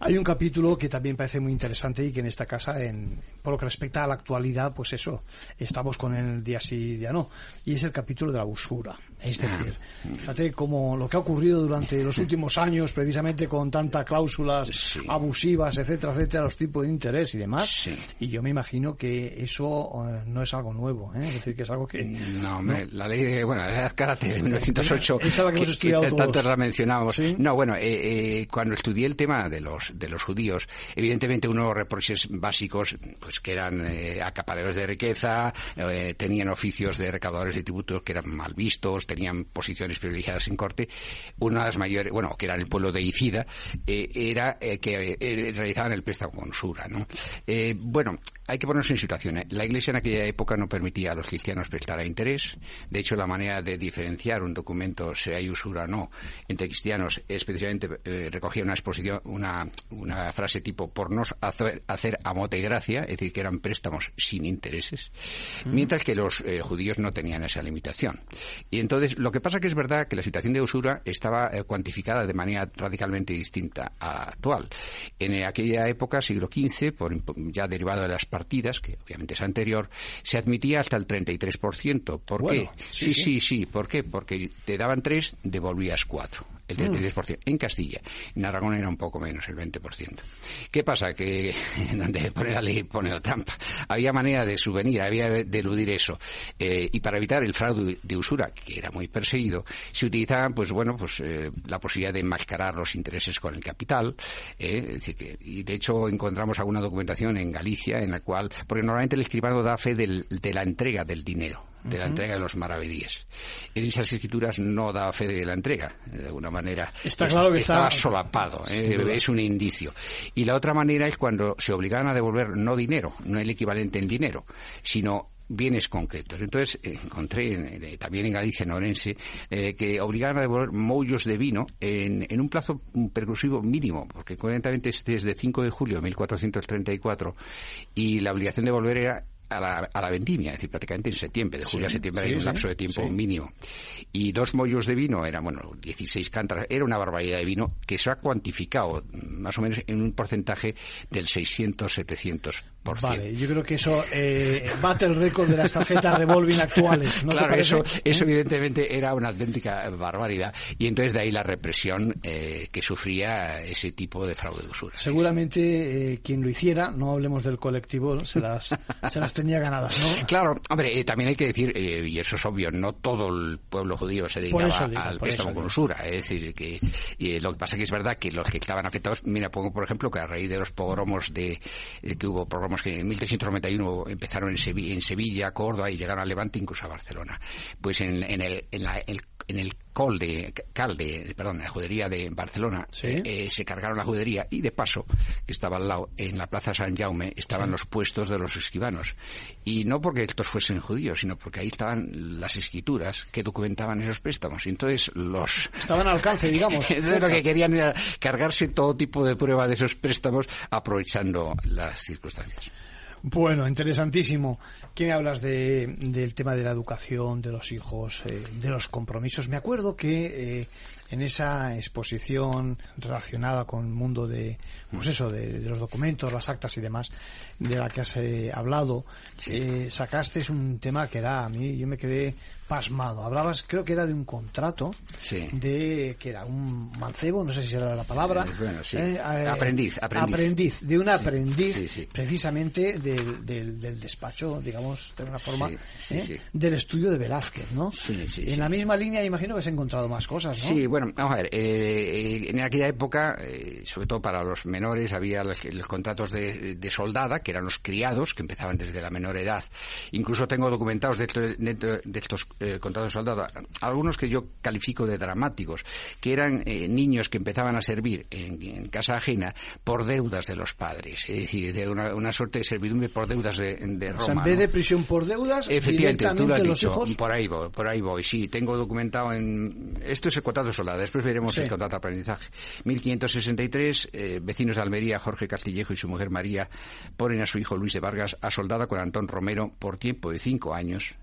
Hay un capítulo que también parece muy interesante y que en esta casa, en, por lo que respecta a la actualidad, pues eso, estamos con el día sí, día no. Y es el capítulo de la usura. Es decir, fíjate cómo lo que ha ocurrido durante los últimos años, precisamente con tantas cláusulas sí. abusivas, etcétera, etcétera, los tipos de interés y demás. Sí. Y yo me imagino que eso uh, no es algo nuevo, ¿eh? Es decir, que es algo que... No, hombre, ¿no? La ley de, bueno, la Karate de mil novecientos ocho, esa es la que, que hemos estudiado que tanto la mencionábamos. ¿Sí? No, bueno, eh, eh, cuando estudié el tema de los de los judíos, evidentemente unos reproches básicos, pues que eran eh, acaparadores de riqueza, eh, tenían oficios de recaudadores de tributos que eran mal vistos, tenían posiciones privilegiadas en corte. Una de las mayores, bueno, que era el pueblo de Icida, eh, era eh, que eh, realizaban el préstamo con usura, ¿no? Eh, bueno, hay que ponerse en situación, ¿eh? La Iglesia en aquella época no permitía a los cristianos prestar a interés. De hecho, la manera de diferenciar un documento, si hay usura o no, entre cristianos, especialmente eh, recogía una exposición, una, una frase tipo por no hacer, hacer amote y gracia, es decir, que eran préstamos sin intereses, mm. mientras que los eh, judíos no tenían esa limitación. Y entonces, lo que pasa que es verdad que la situación de usura estaba eh, cuantificada de manera radicalmente distinta a la actual. En eh, aquella época, siglo quince, por, ya derivado de las partidas, que obviamente es anterior, se admitía hasta el treinta y tres por ciento. ¿Por bueno, qué? Sí, sí, sí, sí. ¿Por qué? Porque te daban tres, devolvías cuatro. El treinta y tres por ciento. Mm. En Castilla. En Aragón era un poco menos, el veinte por ciento. ¿Qué pasa? Que donde pone la ley, pone la trampa. Había manera de subvenir, había de eludir eso. Eh, y para evitar el fraude de usura, que era muy perseguido, se utilizaban, pues bueno, pues eh, la posibilidad de enmascarar los intereses con el capital. Eh, es decir que, y de hecho encontramos alguna documentación en Galicia en la cual, porque normalmente el escribano da fe del, de la entrega del dinero, de la entrega de los maravedíes. En esas escrituras no da fe de la entrega, de alguna manera. Está claro que estaba está... solapado, ¿eh? Es un indicio. Y la otra manera es cuando se obligaban a devolver no dinero, no el equivalente en dinero, sino bienes concretos. Entonces eh, encontré eh, también en Galicia, en Orense, eh, que obligaban a devolver mollos de vino en, en un plazo percursivo mínimo, porque concretamente es desde cinco de julio de mil cuatrocientos treinta y cuatro y la obligación de devolver era a la, a la vendimia, es decir, prácticamente en septiembre, de julio sí, a septiembre sí, hay un lapso sí, de tiempo sí. mínimo. Y dos mollos de vino eran, bueno, dieciséis cántaros, era una barbaridad de vino que se ha cuantificado más o menos en un porcentaje del seiscientos setecientos por ciento. Vale, yo creo que eso eh, bate el récord de la estafeta revolving actuales, ¿no? Claro, eso, eso evidentemente era una auténtica barbaridad y entonces de ahí la represión eh, que sufría ese tipo de fraude de usura. Seguramente eh, quien lo hiciera, no hablemos del colectivo, se las, se las tenía ganadas, ¿no? Claro, hombre, eh, también hay que decir, eh, y eso es obvio, no todo el pueblo judío se dedicaba digo, al préstamo con usura, es decir, que y lo que pasa que es verdad que los que estaban afectados, mira, pongo por ejemplo que a raíz de los pogromos de, de que hubo pogromos que en mil trescientos noventa y uno empezaron en Sevilla, en Sevilla, Córdoba y llegaron a Levante, incluso a Barcelona. Pues en, en el, en la, el, en el Col de, Cal de, perdón, la judería de Barcelona, ¿sí? eh, eh, se cargaron la judería y de paso, que estaba al lado, en la Plaza San Jaume, estaban sí. los puestos de los escribanos. Y no porque estos fuesen judíos, sino porque ahí estaban las escrituras que documentaban esos préstamos. Y entonces los... Estaban al alcance, digamos. Entonces lo que querían era cargarse todo tipo de prueba de esos préstamos aprovechando las circunstancias. Bueno, interesantísimo. ¿Qué me hablas de, del tema de la educación, de los hijos, eh, de los compromisos? Me acuerdo que eh, en esa exposición relacionada con el mundo de, pues eso, de, de los documentos, las actas y demás, de la que has eh, hablado, sí. eh, sacaste un tema que era, a mí, yo me quedé pasmado. Hablabas, creo que era de un contrato, sí. de, que era un mancebo, no sé si era la palabra. Eh, bueno, sí. eh, eh, aprendiz, aprendiz. Aprendiz, de un aprendiz, sí, sí. precisamente del, del, del despacho, digamos, de una forma, sí, sí, ¿eh? sí. del estudio de Velázquez, ¿no? Sí, sí, en sí. la misma línea imagino que has encontrado más cosas, ¿no? Sí, bueno, vamos a ver, eh, en aquella época, eh, sobre todo para los menores, había los, los contratos de, de soldada, que eran los criados, que empezaban desde la menor edad. Incluso tengo documentados dentro, dentro de estos eh, contratos de soldado, algunos que yo califico de dramáticos, que eran eh, niños que empezaban a servir en, en casa ajena por deudas de los padres, es decir, de una, una suerte de servidumbre por deudas de, de Roma. O sea, en vez ¿no? de prisión por deudas, efectivamente, tú lo has los dicho, hijos... por ahí voy, por ahí voy, sí, tengo documentado en... Esto es el contrato de soldado, después veremos sí. el contrato de aprendizaje. mil quinientos sesenta y tres, eh, vecinos de Almería, Jorge Castillejo y su mujer María, ponen a su hijo Luis de Vargas a soldado con Antón Romero por tiempo de cinco años,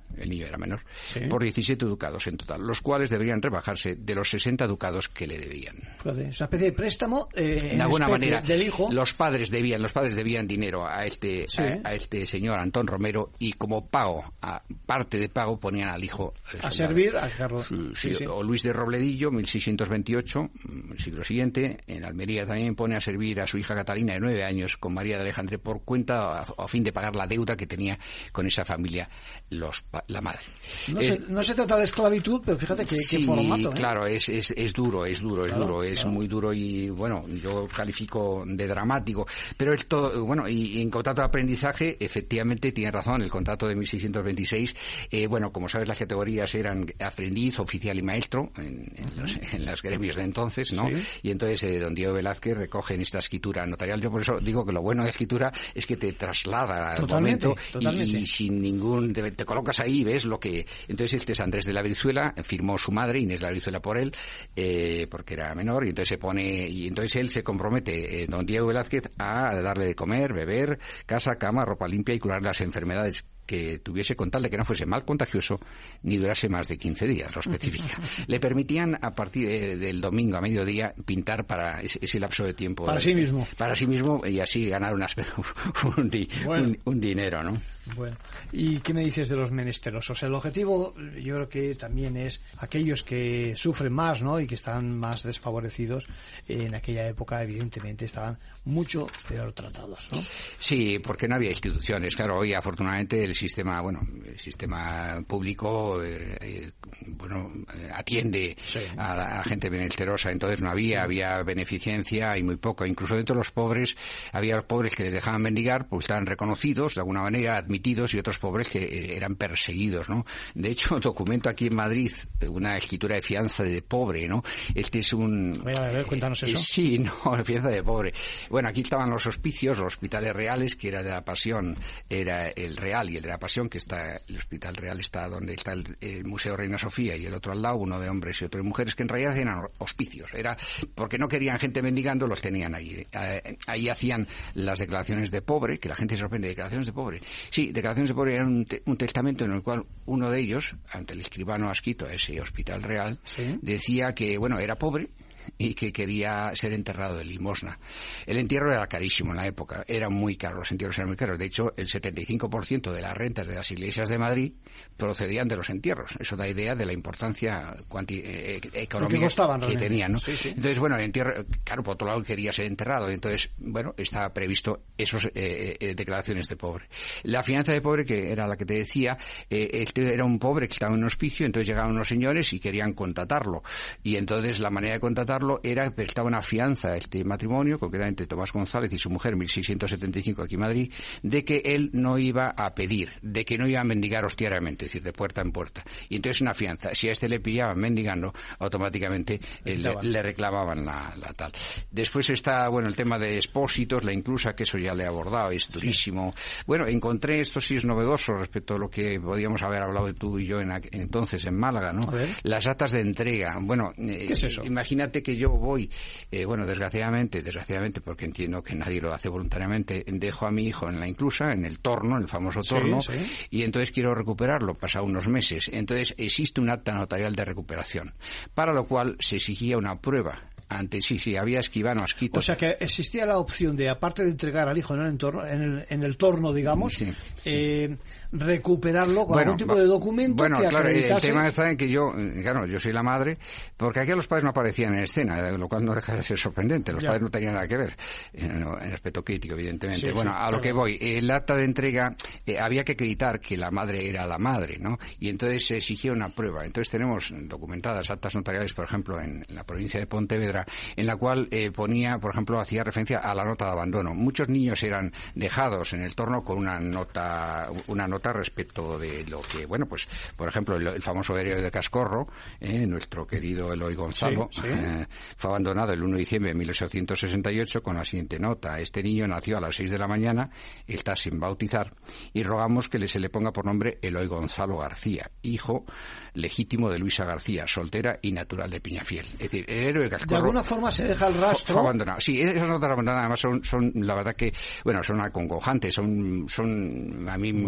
el niño era menor, sí. por diecisiete ducados en total, los cuales deberían rebajarse de los sesenta ducados que le debían. Es una especie de préstamo eh, de alguna manera del hijo. Los padres debían, los padres debían dinero a este sí. a, a este señor Antón Romero, y como pago, a parte de pago, ponían al hijo eh, a servir a Carlos. Sí, sí, sí. O Luis de Robledillo, mil seiscientos veintiocho, siglo siguiente, en Almería también pone a servir a su hija Catalina de nueve años con María de Alejandre por cuenta a, a fin de pagar la deuda que tenía con esa familia los la madre. No, es, se, no se trata de esclavitud, pero fíjate que sí, qué formato. ¿eh? Claro, es, es, es duro, es duro, es claro, duro, es claro. muy duro y bueno, yo califico de dramático. Pero esto, bueno, y, y en contrato de aprendizaje, efectivamente tiene razón, el contrato de mil seiscientos veintiséis, eh, bueno, como sabes, las categorías eran aprendiz, oficial y maestro en, en, los, en los gremios de entonces, ¿no? Sí. Y entonces eh, don Diego Velázquez recoge en esta escritura notarial. Yo por eso digo que lo bueno de escritura es que te traslada al totalmente, momento totalmente. Y, y sin ningún te, te colocas ahí y ves lo que entonces este es Andrés de la Brizuela, firmó su madre Inés de la Brizuela por él eh, porque era menor, y entonces se pone y entonces él se compromete, eh, don Diego Velázquez, a darle de comer, beber, casa, cama, ropa limpia y curar las enfermedades que tuviese, con tal de que no fuese mal contagioso ni durase más de quince días, lo especifica. Le permitían a partir de, del domingo a mediodía pintar para ese, ese lapso de tiempo. Para de, sí mismo. Para sí mismo, y así ganar unas, un, di, bueno. un, un dinero, ¿no? Bueno, ¿y qué me dices de los menesterosos? El objetivo, yo creo que también es aquellos que sufren más, ¿no? Y que están más desfavorecidos. En aquella época, evidentemente, estaban mucho peor tratados, ¿no? Sí, porque no había instituciones. Claro, hoy afortunadamente el sistema, bueno, el sistema público, eh, eh, bueno, eh, atiende sí. a la a gente menesterosa. Entonces no había, había beneficencia y muy poco. Incluso dentro de los pobres, había pobres que les dejaban mendigar, pues estaban reconocidos de alguna manera, admitidos, y otros pobres que eran perseguidos, ¿no? De hecho, documento aquí en Madrid una escritura de fianza de pobre, ¿no? Este es un... A ver, a ver, cuéntanos eso. Eh, sí, no, fianza de pobre. Bueno, aquí estaban los hospicios, los hospitales reales, que era de la Pasión, era el Real y el de la Pasión, que está, el Hospital Real está donde está el, el Museo Reina Sofía, y el otro al lado, uno de hombres y otro de mujeres, que en realidad eran hospicios. Era porque no querían gente mendigando, los tenían ahí. Eh, ahí hacían las declaraciones de pobre, que la gente se sorprende, declaraciones de pobre. Sí, declaraciones de pobre era un, te, un testamento en el cual uno de ellos, ante el escribano adscrito a ese Hospital Real, ¿sí? decía que, bueno, era pobre y que quería ser enterrado de limosna. El entierro era carísimo en la época, era muy caro, los entierros eran muy caros. De hecho, el setenta y cinco por ciento de las rentas de las iglesias de Madrid procedían de los entierros. Eso da idea de la importancia cuanti eh, económica que, costaban, que tenían, ¿no? Sí, sí. Entonces, bueno, el entierro, claro, por otro lado quería ser enterrado, entonces, bueno, estaba previsto esos eh, eh, declaraciones de pobre. La fianza de pobre, que era la que te decía, eh, este era un pobre que estaba en un hospicio, entonces llegaban unos señores y querían contratarlo, y entonces la manera de contratarlo era prestar una fianza a este matrimonio, concretamente Tomás González y su mujer, mil seiscientos setenta y cinco aquí en Madrid, de que él no iba a pedir, de que no iba a mendigar hostiariamente, es decir, de puerta en puerta. Y entonces una fianza, si a este le pillaban mendigando, automáticamente eh, le, le reclamaban la, la tal. Después está, bueno, el tema de expósitos, la inclusa, que eso ya le he abordado, es durísimo. Sí. Bueno, encontré, esto sí es novedoso respecto a lo que podíamos haber hablado de tú y yo en, entonces en Málaga, ¿no? Las actas de entrega. Bueno, eh, ¿qué es eso? Imagínate que yo voy, eh, bueno, desgraciadamente, desgraciadamente, porque entiendo que nadie lo hace voluntariamente, dejo a mi hijo en la inclusa, en el torno, el famoso torno, sí, sí. y entonces quiero recuperarlo, pasa unos meses. Entonces existe un acta notarial de recuperación, para lo cual se exigía una prueba. Antes sí, sí, había escribano adscrito. O sea que existía la opción de, aparte de entregar al hijo en el entorno, en el, en el torno, digamos, sí, sí. Eh, recuperarlo con bueno, algún tipo de documento. Bueno, que claro, acreditase... el tema está en que yo, claro, yo soy la madre, porque aquí los padres no aparecían en escena, lo cual no deja de ser sorprendente. Los ya. padres no tenían nada que ver, en, en aspecto crítico, evidentemente. Sí, bueno, sí, a claro. lo que voy, el acta de entrega, eh, había que acreditar que la madre era la madre, ¿no? Y entonces se exigía una prueba. Entonces tenemos documentadas actas notariales, por ejemplo, en, en la provincia de Pontevedra, en la cual eh, ponía, por ejemplo, hacía referencia a la nota de abandono. Muchos niños eran dejados en el torno con una nota, una nota respecto de lo que, bueno, pues, por ejemplo, el, el famoso héroe de Cascorro, eh, nuestro querido Eloy Gonzalo, sí, sí. Eh, fue abandonado el uno de diciembre de mil ochocientos sesenta y ocho con la siguiente nota: este niño nació a las seis de la mañana, está sin bautizar, y rogamos que le, se le ponga por nombre Eloy Gonzalo García, hijo legítimo de Luisa García, soltera y natural de Piñafiel. Es decir, el héroe de Cascorro... De alguna forma se deja el rastro... Fue abandonado. Sí, esas notas abandonadas además son, son, la verdad que, bueno, son acongojantes, son, son a mí... Muy duras.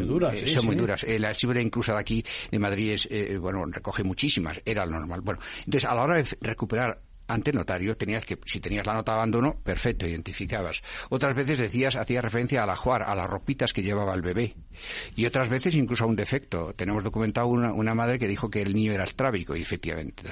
sí, son sí. muy duras. Eh, la archivo incluso de aquí, de Madrid, es, eh, bueno, recoge muchísimas, era lo normal. Bueno, entonces a la hora de recuperar ante el notario tenías que, si tenías la nota de abandono, perfecto, identificabas. Otras veces decías, hacías referencia al ajuar, a las ropitas que llevaba el bebé. Y otras veces incluso a un defecto. Tenemos documentado una, una madre que dijo que el niño era estrábico, y efectivamente.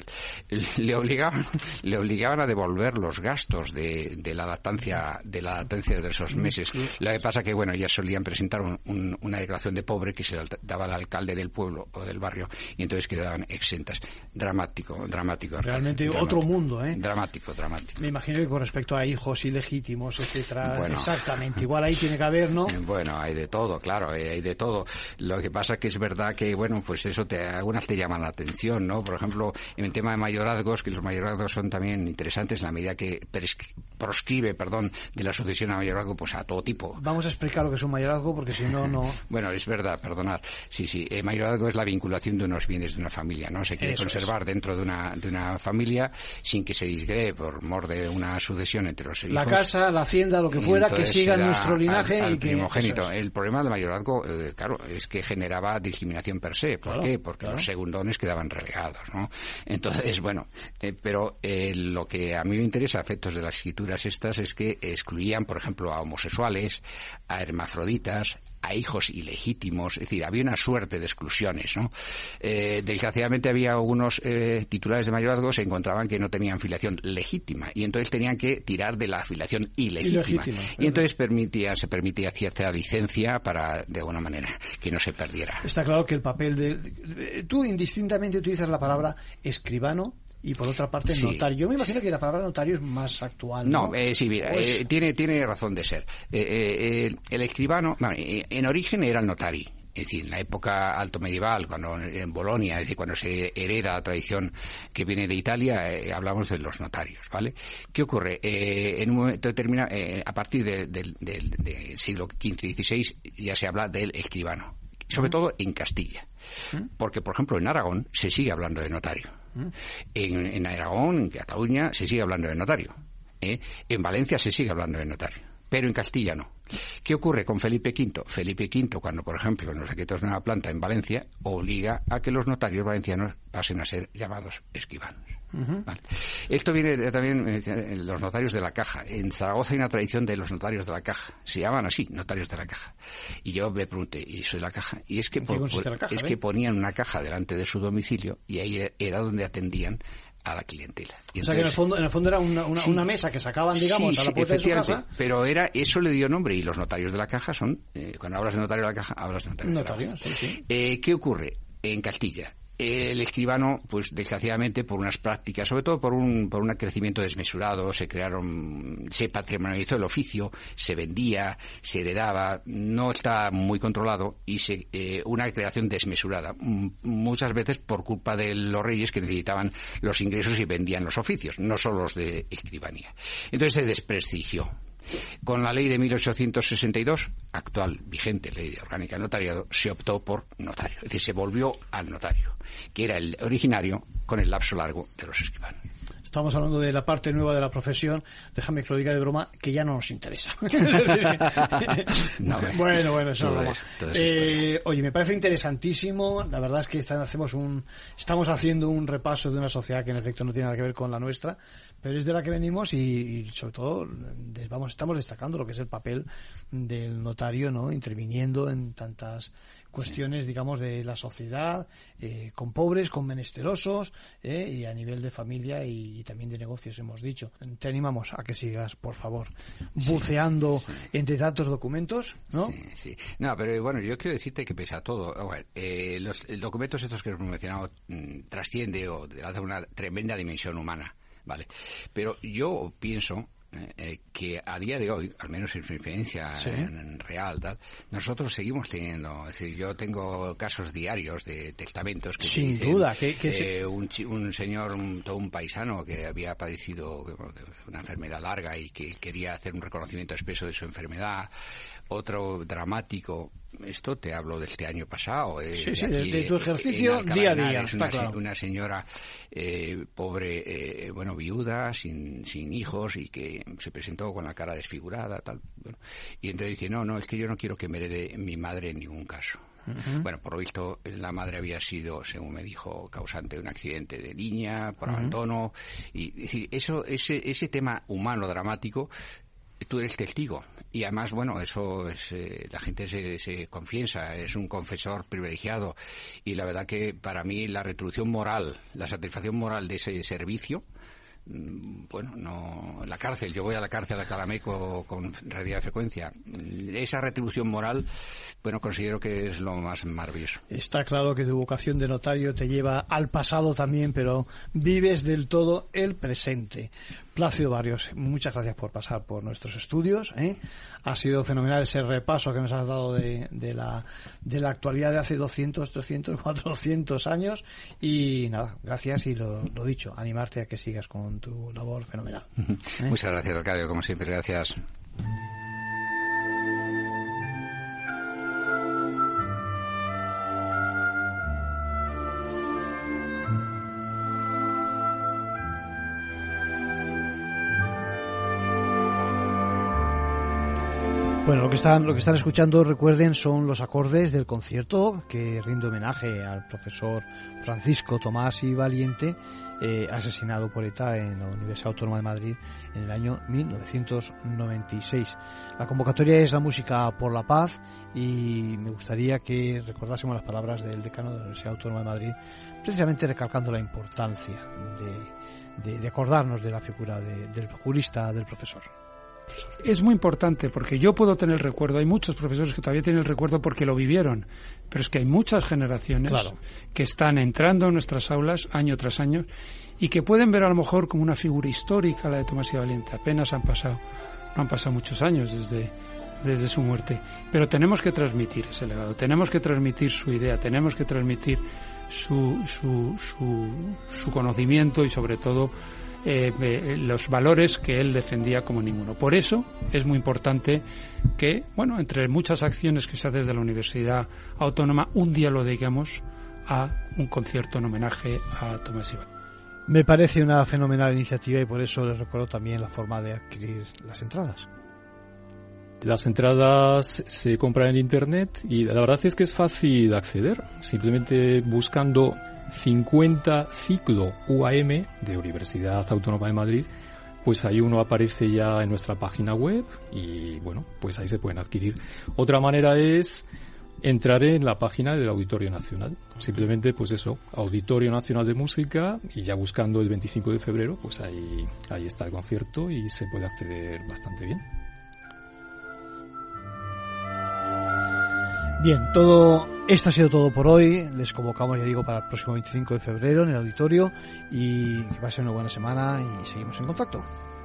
Le obligaban, le obligaban a devolver los gastos de, de la lactancia, de la lactancia de esos meses. Lo que pasa que, bueno, ellas solían presentar un, un, una declaración de pobre que se daba al alcalde del pueblo o del barrio, y entonces quedaban exentas. Dramático, dramático. Realmente dramático. Otro mundo, ¿eh? Dramático, dramático. Me imagino que con respecto a hijos ilegítimos, etcétera, bueno, exactamente, igual ahí tiene que haber, ¿no? Bueno, hay de todo, claro, hay de todo. Lo que pasa es que es verdad que, bueno, pues eso te, algunas te llaman la atención, ¿no? Por ejemplo, en el tema de mayorazgos, que los mayorazgos son también interesantes en la medida que proscribe, perdón, de la sucesión a mayorazgo, pues a todo tipo. Vamos a explicar lo que es un mayorazgo, porque si no, no... Bueno, es verdad, perdonad. Sí, sí, el mayorazgo es la vinculación de unos bienes de una familia, ¿no? Se quiere eso conservar es. dentro de una, de una familia sin que se disgree por mor de una sucesión entre los hijos. La casa, la hacienda, lo que fuera, que siga nuestro linaje al, al y que... primogénito. El problema del mayorazgo, eh, claro, es que generaba discriminación per se. ¿Por claro, qué? Porque claro. los segundones quedaban relegados, ¿no? Entonces, bueno, eh, pero eh, lo que a mí me interesa a efectos de las escrituras estas es que excluían, por ejemplo, a homosexuales, a hermafroditas, a hijos ilegítimos, es decir, había una suerte de exclusiones, ¿no? Eh, desgraciadamente había algunos eh, titulares de mayorazgo se encontraban que no tenían filiación legítima y entonces tenían que tirar de la filiación ilegítima. ilegítima y entonces permitía, se permitía cierta licencia para, de alguna manera, que no se perdiera. Está claro que el papel de... Tú indistintamente utilizas la palabra escribano y por otra parte sí. notario. Yo me imagino que la palabra notario es más actual, ¿no? No, eh, sí, mira, pues... eh, tiene, tiene razón de ser. Eh, eh, el escribano, bueno, en origen era el notari. Es decir, en la época alto medieval, cuando en Bolonia, es decir, cuando se hereda la tradición que viene de Italia, eh, hablamos de los notarios, ¿vale? ¿Qué ocurre? Eh, en un momento determinado, eh, a partir de, de, de, del siglo quince dieciséis, ya se habla del escribano, sobre ¿Mm? todo en Castilla. ¿Mm? Porque, por ejemplo, en Aragón se sigue hablando de notario. ¿Mm? En, en Aragón, en Cataluña, se sigue hablando de notario. ¿eh? En Valencia se sigue hablando de notario. Pero en Castilla no. ¿Qué ocurre con Felipe quinto? Felipe quinto, cuando, por ejemplo, en los decretos de Nueva Planta en Valencia, obliga a que los notarios valencianos pasen a ser llamados escribanos. Uh-huh. Vale. Esto viene de, también eh, los notarios de la Caja. En Zaragoza hay una tradición de los notarios de la Caja. Se llaman así, notarios de la Caja. Y yo me pregunté, ¿y soy la Caja? Y es que, por, por, la caja, es eh? que ponían una caja delante de su domicilio y ahí era donde atendían a la clientela. Y o sea entonces, que en el fondo en el fondo era una, una, sí, una mesa que sacaban, digamos, sí, a la puerta de su casa. Pero era, eso le dio nombre y los notarios de la Caja son, eh, cuando hablas de notario de la Caja, hablas de notario, notario de la sí, sí. Eh, ¿Qué ocurre? En Castilla, el escribano, pues desgraciadamente por unas prácticas, sobre todo por un por un crecimiento desmesurado, se crearon, se patrimonializó el oficio, se vendía, se heredaba, no está muy controlado y se eh, una creación desmesurada, muchas veces por culpa de los reyes que necesitaban los ingresos y vendían los oficios, no solo los de escribanía. Entonces se desprestigió. Con la ley de mil ochocientos sesenta y dos, actual, vigente ley de orgánica de notariado, se optó por notario. Es decir, se volvió al notario, que era el originario con el lapso largo de los escribanos. Estamos hablando de la parte nueva de la profesión. Déjame que lo diga de broma, que ya no nos interesa. no, bueno, bueno, eso es broma. Eh, oye, me parece interesantísimo. La verdad es que está, hacemos un, estamos haciendo un repaso de una sociedad que en efecto no tiene nada que ver con la nuestra, pero es de la que venimos y, y sobre todo vamos, estamos destacando lo que es el papel del notario, ¿no? Interviniendo en tantas cuestiones, sí, digamos, de la sociedad, eh, con pobres, con menesterosos, eh, y a nivel de familia y, y también de negocios, hemos dicho. Te animamos a que sigas, por favor, buceando sí, sí. entre tantos documentos, ¿no? Sí, sí. No, pero bueno, yo quiero decirte que pese a todo, bueno, eh, los documentos estos que hemos mencionado mmm, trasciende o hace una tremenda dimensión humana, ¿vale? Pero yo pienso Eh, que a día de hoy, al menos en su experiencia sí. en, en real, tal, nosotros seguimos teniendo, es decir, yo tengo casos diarios de testamentos que sin dicen, duda que, que eh, se... un, un señor, un, todo un paisano que había padecido una enfermedad larga y que quería hacer un reconocimiento expreso de su enfermedad, otro dramático. Esto te hablo de este año pasado. Eh, sí, sí, de, aquí, de tu ejercicio día a día. Es está una, claro. una señora eh, pobre, eh, bueno, viuda, sin, sin hijos y que se presentó con la cara desfigurada, tal. Bueno, y entonces dice, no, no, es que yo no quiero que me herede mi madre en ningún caso. Uh-huh. Bueno, por lo visto, la madre había sido, según me dijo, causante de un accidente de niña, por uh-huh. abandono. Y, y eso, ese, ese tema humano dramático, tú eres testigo. Y además, bueno, eso es, eh, la gente se, se confiesa, es un confesor privilegiado. Y la verdad que para mí la retribución moral, la satisfacción moral de ese servicio, bueno, no, la cárcel, yo voy a la cárcel a Calameco con radio frecuencia. Esa retribución moral, bueno, considero que es lo más maravilloso. Está claro que tu vocación de notario te lleva al pasado también, pero vives del todo el presente. Plácido Barrios, muchas gracias por pasar por nuestros estudios, ¿eh? Ha sido fenomenal ese repaso que nos has dado de, de la de la actualidad de hace doscientos, trescientos, cuatrocientos años y nada, gracias y lo, lo dicho, animarte a que sigas con tu labor fenomenal. ¿Eh? Muchas gracias, Arcadio, como siempre, gracias. Bueno, lo que están lo que están escuchando, recuerden, son los acordes del concierto que rinde homenaje al profesor Francisco Tomás y Valiente, eh, asesinado por ETA en la Universidad Autónoma de Madrid en el año mil novecientos noventa y seis. La convocatoria es la música por la paz y me gustaría que recordásemos las palabras del decano de la Universidad Autónoma de Madrid, precisamente recalcando la importancia de, de, de acordarnos de la figura de, del jurista, del profesor. Es muy importante porque yo puedo tener el recuerdo, hay muchos profesores que todavía tienen el recuerdo porque lo vivieron, pero es que hay muchas generaciones claro. que están entrando en nuestras aulas año tras año y que pueden ver a lo mejor como una figura histórica la de Tomás y Valiente. Apenas han pasado, no han pasado muchos años desde, desde su muerte, pero tenemos que transmitir ese legado, tenemos que transmitir su idea, tenemos que transmitir su, su, su, su conocimiento y sobre todo Eh, eh, los valores que él defendía como ninguno. Por eso es muy importante que, bueno, entre muchas acciones que se hacen desde la Universidad Autónoma, un día lo dediquemos a un concierto en homenaje a Tomás y Valiente. Me parece una fenomenal iniciativa y por eso les recuerdo también la forma de adquirir las entradas. Las entradas se compran en internet y la verdad es que es fácil de acceder, simplemente buscando cincuenta ciclo U A M de Universidad Autónoma de Madrid, pues ahí uno aparece ya en nuestra página web y bueno, pues ahí se pueden adquirir. Otra manera es entrar en la página del Auditorio Nacional, simplemente pues eso, Auditorio Nacional de Música, y ya buscando el veinticinco de febrero, pues ahí, ahí está el concierto y se puede acceder bastante bien. Bien, todo esto ha sido todo por hoy. Les convocamos, ya digo, para el próximo veinticinco de febrero en el auditorio y que pasen una buena semana y seguimos en contacto.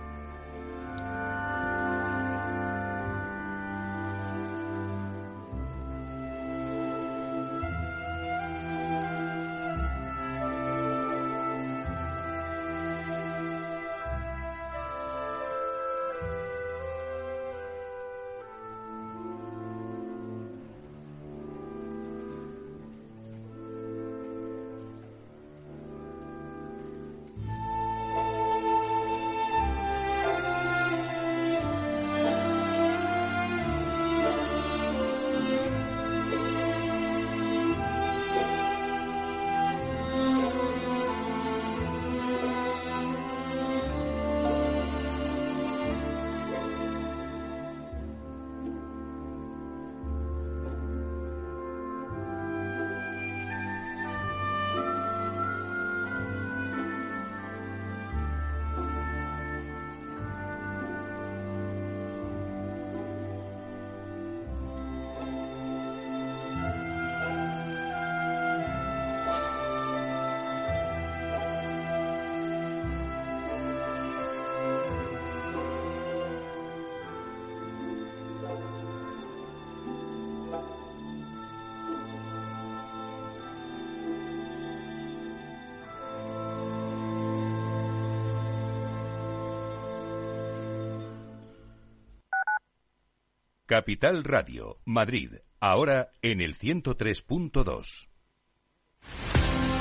Capital Radio, Madrid, ahora en el ciento tres punto dos.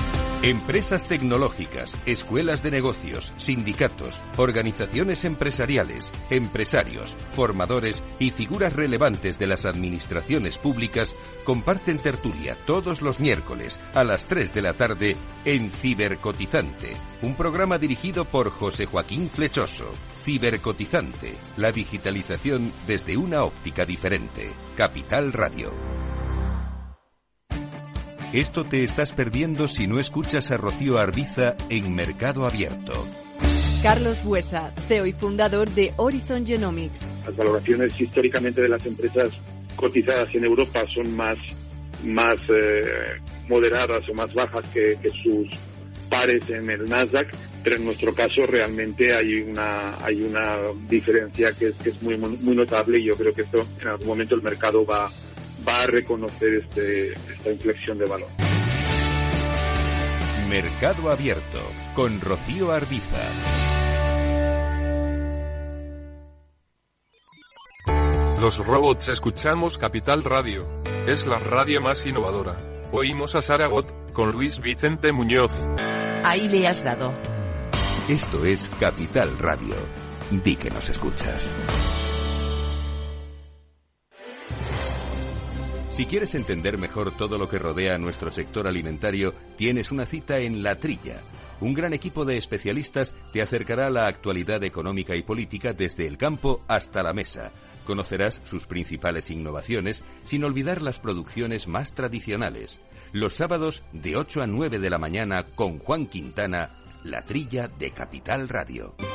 Empresas tecnológicas, escuelas de negocios, sindicatos, organizaciones empresariales, empresarios, formadores y figuras relevantes de las administraciones públicas comparten tertulia todos los miércoles a las tres de la tarde en Cibercotizante, un programa dirigido por José Joaquín Flechoso. Cibercotizante, la digitalización desde una óptica diferente. Capital Radio. Esto te estás perdiendo si no escuchas a Rocío Arbiza en Mercado Abierto. Carlos Buesa, C E O y fundador de Horizon Genomics. Las valoraciones históricamente de las empresas cotizadas en Europa son más, más eh, moderadas o más bajas que, que sus pares en el Nasdaq, pero en nuestro caso realmente hay una hay una diferencia que es, que es muy, muy notable, y yo creo que esto en algún momento el mercado va va a reconocer este, esta inflexión de valor. Mercado Abierto con Rocío Arbiza. Los robots escuchamos Capital Radio. Es la radio más innovadora. Oímos a Saragot con Luis Vicente Muñoz. Ahí le has dado. Esto es Capital Radio. Di que nos escuchas. Si quieres entender mejor todo lo que rodea a nuestro sector alimentario, tienes una cita en La Trilla. Un gran equipo de especialistas te acercará a la actualidad económica y política desde el campo hasta la mesa. Conocerás sus principales innovaciones, sin olvidar las producciones más tradicionales. Los sábados de ocho a nueve de la mañana con Juan Quintana, La Trilla de Capital Radio.